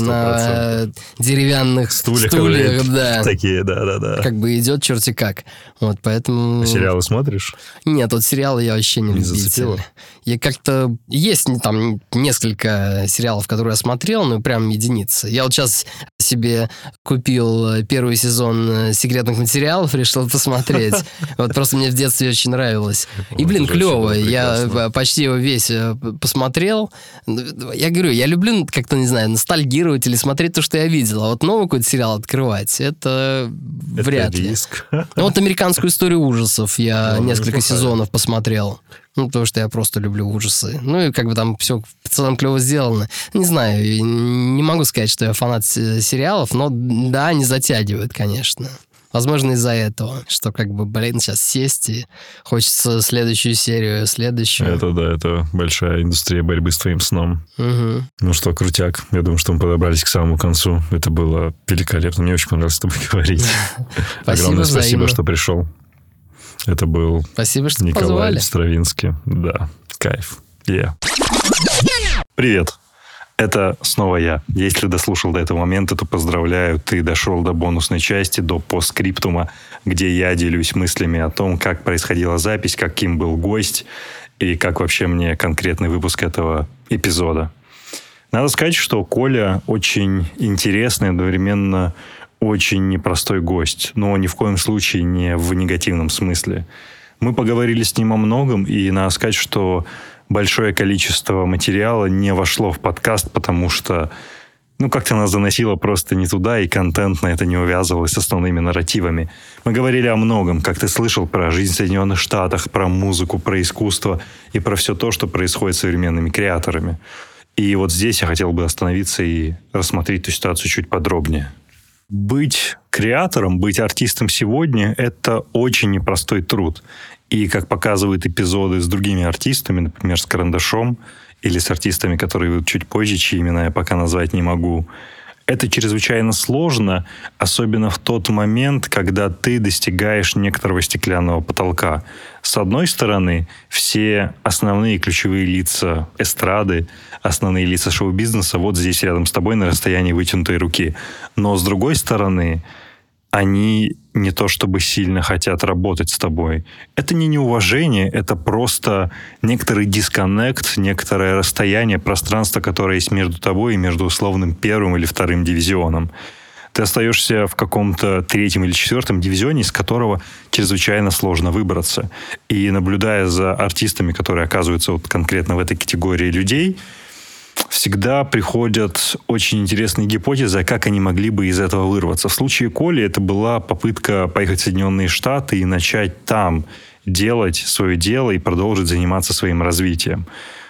на деревянных стульях. Да. Такие, да. Как бы идет черти как. Вот, поэтому... А сериалы смотришь? Нет, вот сериалы я вообще не любитель. Я как-то... Есть там несколько сериалов, которые я смотрел, но прям единицы. Я вот сейчас себе купил 1 сезон «Секретных материалов», решил посмотреть. Вот просто мне в детстве очень нравилось. И, клево. Я почти его весь посмотрел. Я говорю, я люблю как-то, не знаю, ностальгировать или смотреть то, что я видел. А вот новый какой-то сериал открывать, это вряд ли. Ну вот «Американскую историю ужасов» я несколько сезонов посмотрел. Ну, потому что я просто люблю ужасы. Ну, и как бы там все в целом клево сделано. Не знаю, не могу сказать, что я фанат сериалов, но да, они затягивают, конечно. Возможно, из-за этого, что сейчас сесть и хочется следующую серию, следующую. Это большая индустрия борьбы с твоим сном. Угу. Ну что, крутяк. Я думаю, что мы подобрались к самому концу. Это было великолепно. Мне очень понравилось с тобой говорить. Огромное спасибо, что пришел. Это был Николай Стравинский. Да, кайф. Привет. Это снова я. Если дослушал до этого момента, то поздравляю, ты дошел до бонусной части, до постскриптума, где я делюсь мыслями о том, как происходила запись, каким был гость и как вообще мне конкретный выпуск этого эпизода. Надо сказать, что Коля очень интересный, одновременно очень непростой гость, но ни в коем случае не в негативном смысле. Мы поговорили с ним о многом, и надо сказать, что большое количество материала не вошло в подкаст, потому что, как-то нас заносило просто не туда, и контент на это не увязывалось с основными нарративами. Мы говорили о многом, как ты слышал, про жизнь в Соединенных Штатах, про музыку, про искусство и про все то, что происходит с современными креаторами. И вот здесь я хотел бы остановиться и рассмотреть эту ситуацию чуть подробнее. Быть креатором, быть артистом сегодня – это очень непростой труд. И, как показывают эпизоды с другими артистами, например, с Карандашом, или с артистами, которые выйдут чуть позже, чьи имена я пока назвать не могу, это чрезвычайно сложно, особенно в тот момент, когда ты достигаешь некоторого стеклянного потолка. С одной стороны, все основные ключевые лица эстрады, основные лица шоу-бизнеса вот здесь рядом с тобой на расстоянии вытянутой руки. Но с другой стороны, они не то чтобы сильно хотят работать с тобой. Это не неуважение, это просто некоторый дисконнект, некоторое расстояние, пространство, которое есть между тобой и между условным первым или вторым дивизионом. Ты остаешься в каком-то третьем или четвертом дивизионе, из которого чрезвычайно сложно выбраться. И наблюдая за артистами, которые оказываются вот конкретно в этой категории людей, всегда приходят очень интересные гипотезы, как они могли бы из этого вырваться. В случае Коли это была попытка поехать в Соединенные Штаты и начать там делать свое дело и продолжить заниматься своим развитием.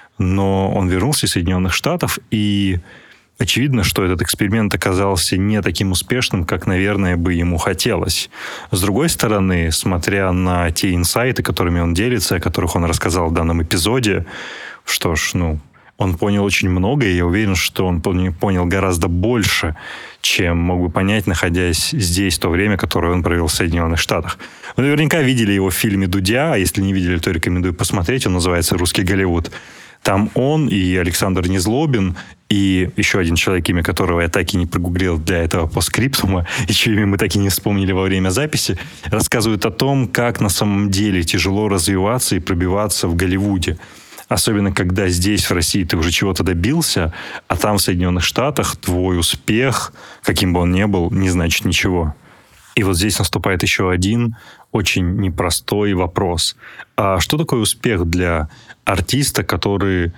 Но он вернулся из Соединенных Штатов, и очевидно, что этот эксперимент оказался не таким успешным, как, наверное, бы ему хотелось. С другой стороны, смотря на те инсайты, которыми он делится, о которых он рассказал в данном эпизоде, что ж, он понял очень много, и я уверен, что он понял гораздо больше, чем мог бы понять, находясь здесь в то время, которое он провел в Соединенных Штатах. Вы наверняка видели его в фильме «Дудя», а если не видели, то рекомендую посмотреть. Он называется «Русский Голливуд». Там он и Александр Незлобин, и еще один человек, имя которого я так и не прогуглил для этого постскриптума, и чье имя мы так и не вспомнили во время записи, рассказывают о том, как на самом деле тяжело развиваться и пробиваться в Голливуде. Особенно, когда здесь, в России, ты уже чего-то добился, а там, в Соединенных Штатах, твой успех, каким бы он ни был, не значит ничего. И вот здесь наступает еще один очень непростой вопрос. А что такое успех для артиста, который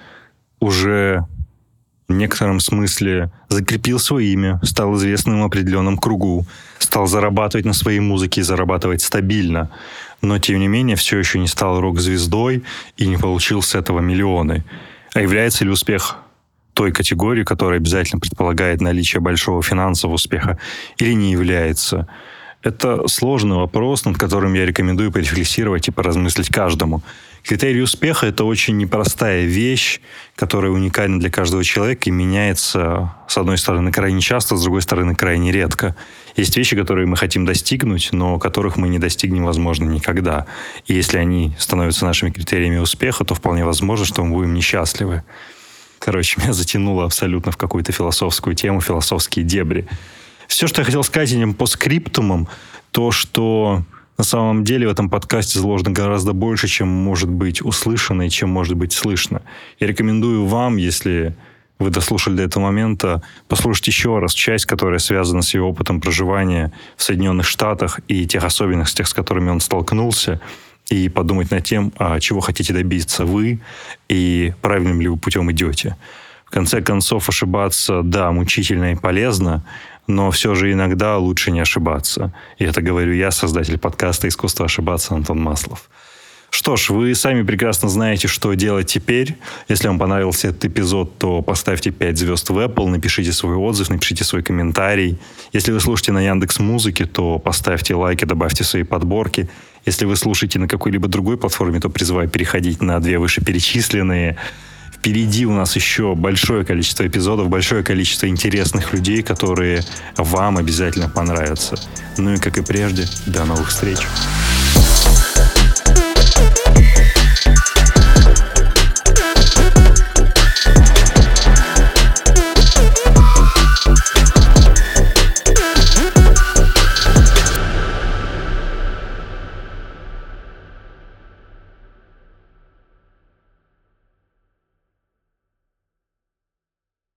уже в некотором смысле закрепил свое имя, стал известным в определенном кругу, стал зарабатывать на своей музыке и зарабатывать стабильно, но, тем не менее, все еще не стал рок-звездой и не получил с этого миллионы? А является ли успех той категории, которая обязательно предполагает наличие большого финансового успеха, или не является? Это сложный вопрос, над которым я рекомендую порефлексировать и поразмыслить каждому. Критерий успеха – это очень непростая вещь, которая уникальна для каждого человека и меняется, с одной стороны, крайне часто, с другой стороны, крайне редко. Есть вещи, которые мы хотим достигнуть, но которых мы не достигнем, возможно, никогда. И если они становятся нашими критериями успеха, то вполне возможно, что мы будем несчастливы. Короче, меня затянуло абсолютно в какую-то философскую тему, философские дебри. Все, что я хотел сказать этим постскриптумом, то, что на самом деле в этом подкасте заложено гораздо больше, чем может быть услышано и чем может быть слышно. Я рекомендую вам, если вы дослушали до этого момента, послушать еще раз часть, которая связана с его опытом проживания в Соединенных Штатах и тех особенностях, с которыми он столкнулся, и подумать над тем, чего хотите добиться вы и правильным ли вы путем идете. В конце концов, ошибаться, да, мучительно и полезно, но все же иногда лучше не ошибаться. И это говорю я, создатель подкаста «Искусство ошибаться», Антон Маслов. Что ж, вы сами прекрасно знаете, что делать теперь. Если вам понравился этот эпизод, то поставьте 5 звезд в Apple, напишите свой отзыв, напишите свой комментарий. Если вы слушаете на Яндекс.Музыке, то поставьте лайки, добавьте свои подборки. Если вы слушаете на какой-либо другой платформе, то призываю переходить на 2 вышеперечисленные. Впереди у нас еще большое количество эпизодов, большое количество интересных людей, которые вам обязательно понравятся. Ну и, как и прежде, до новых встреч.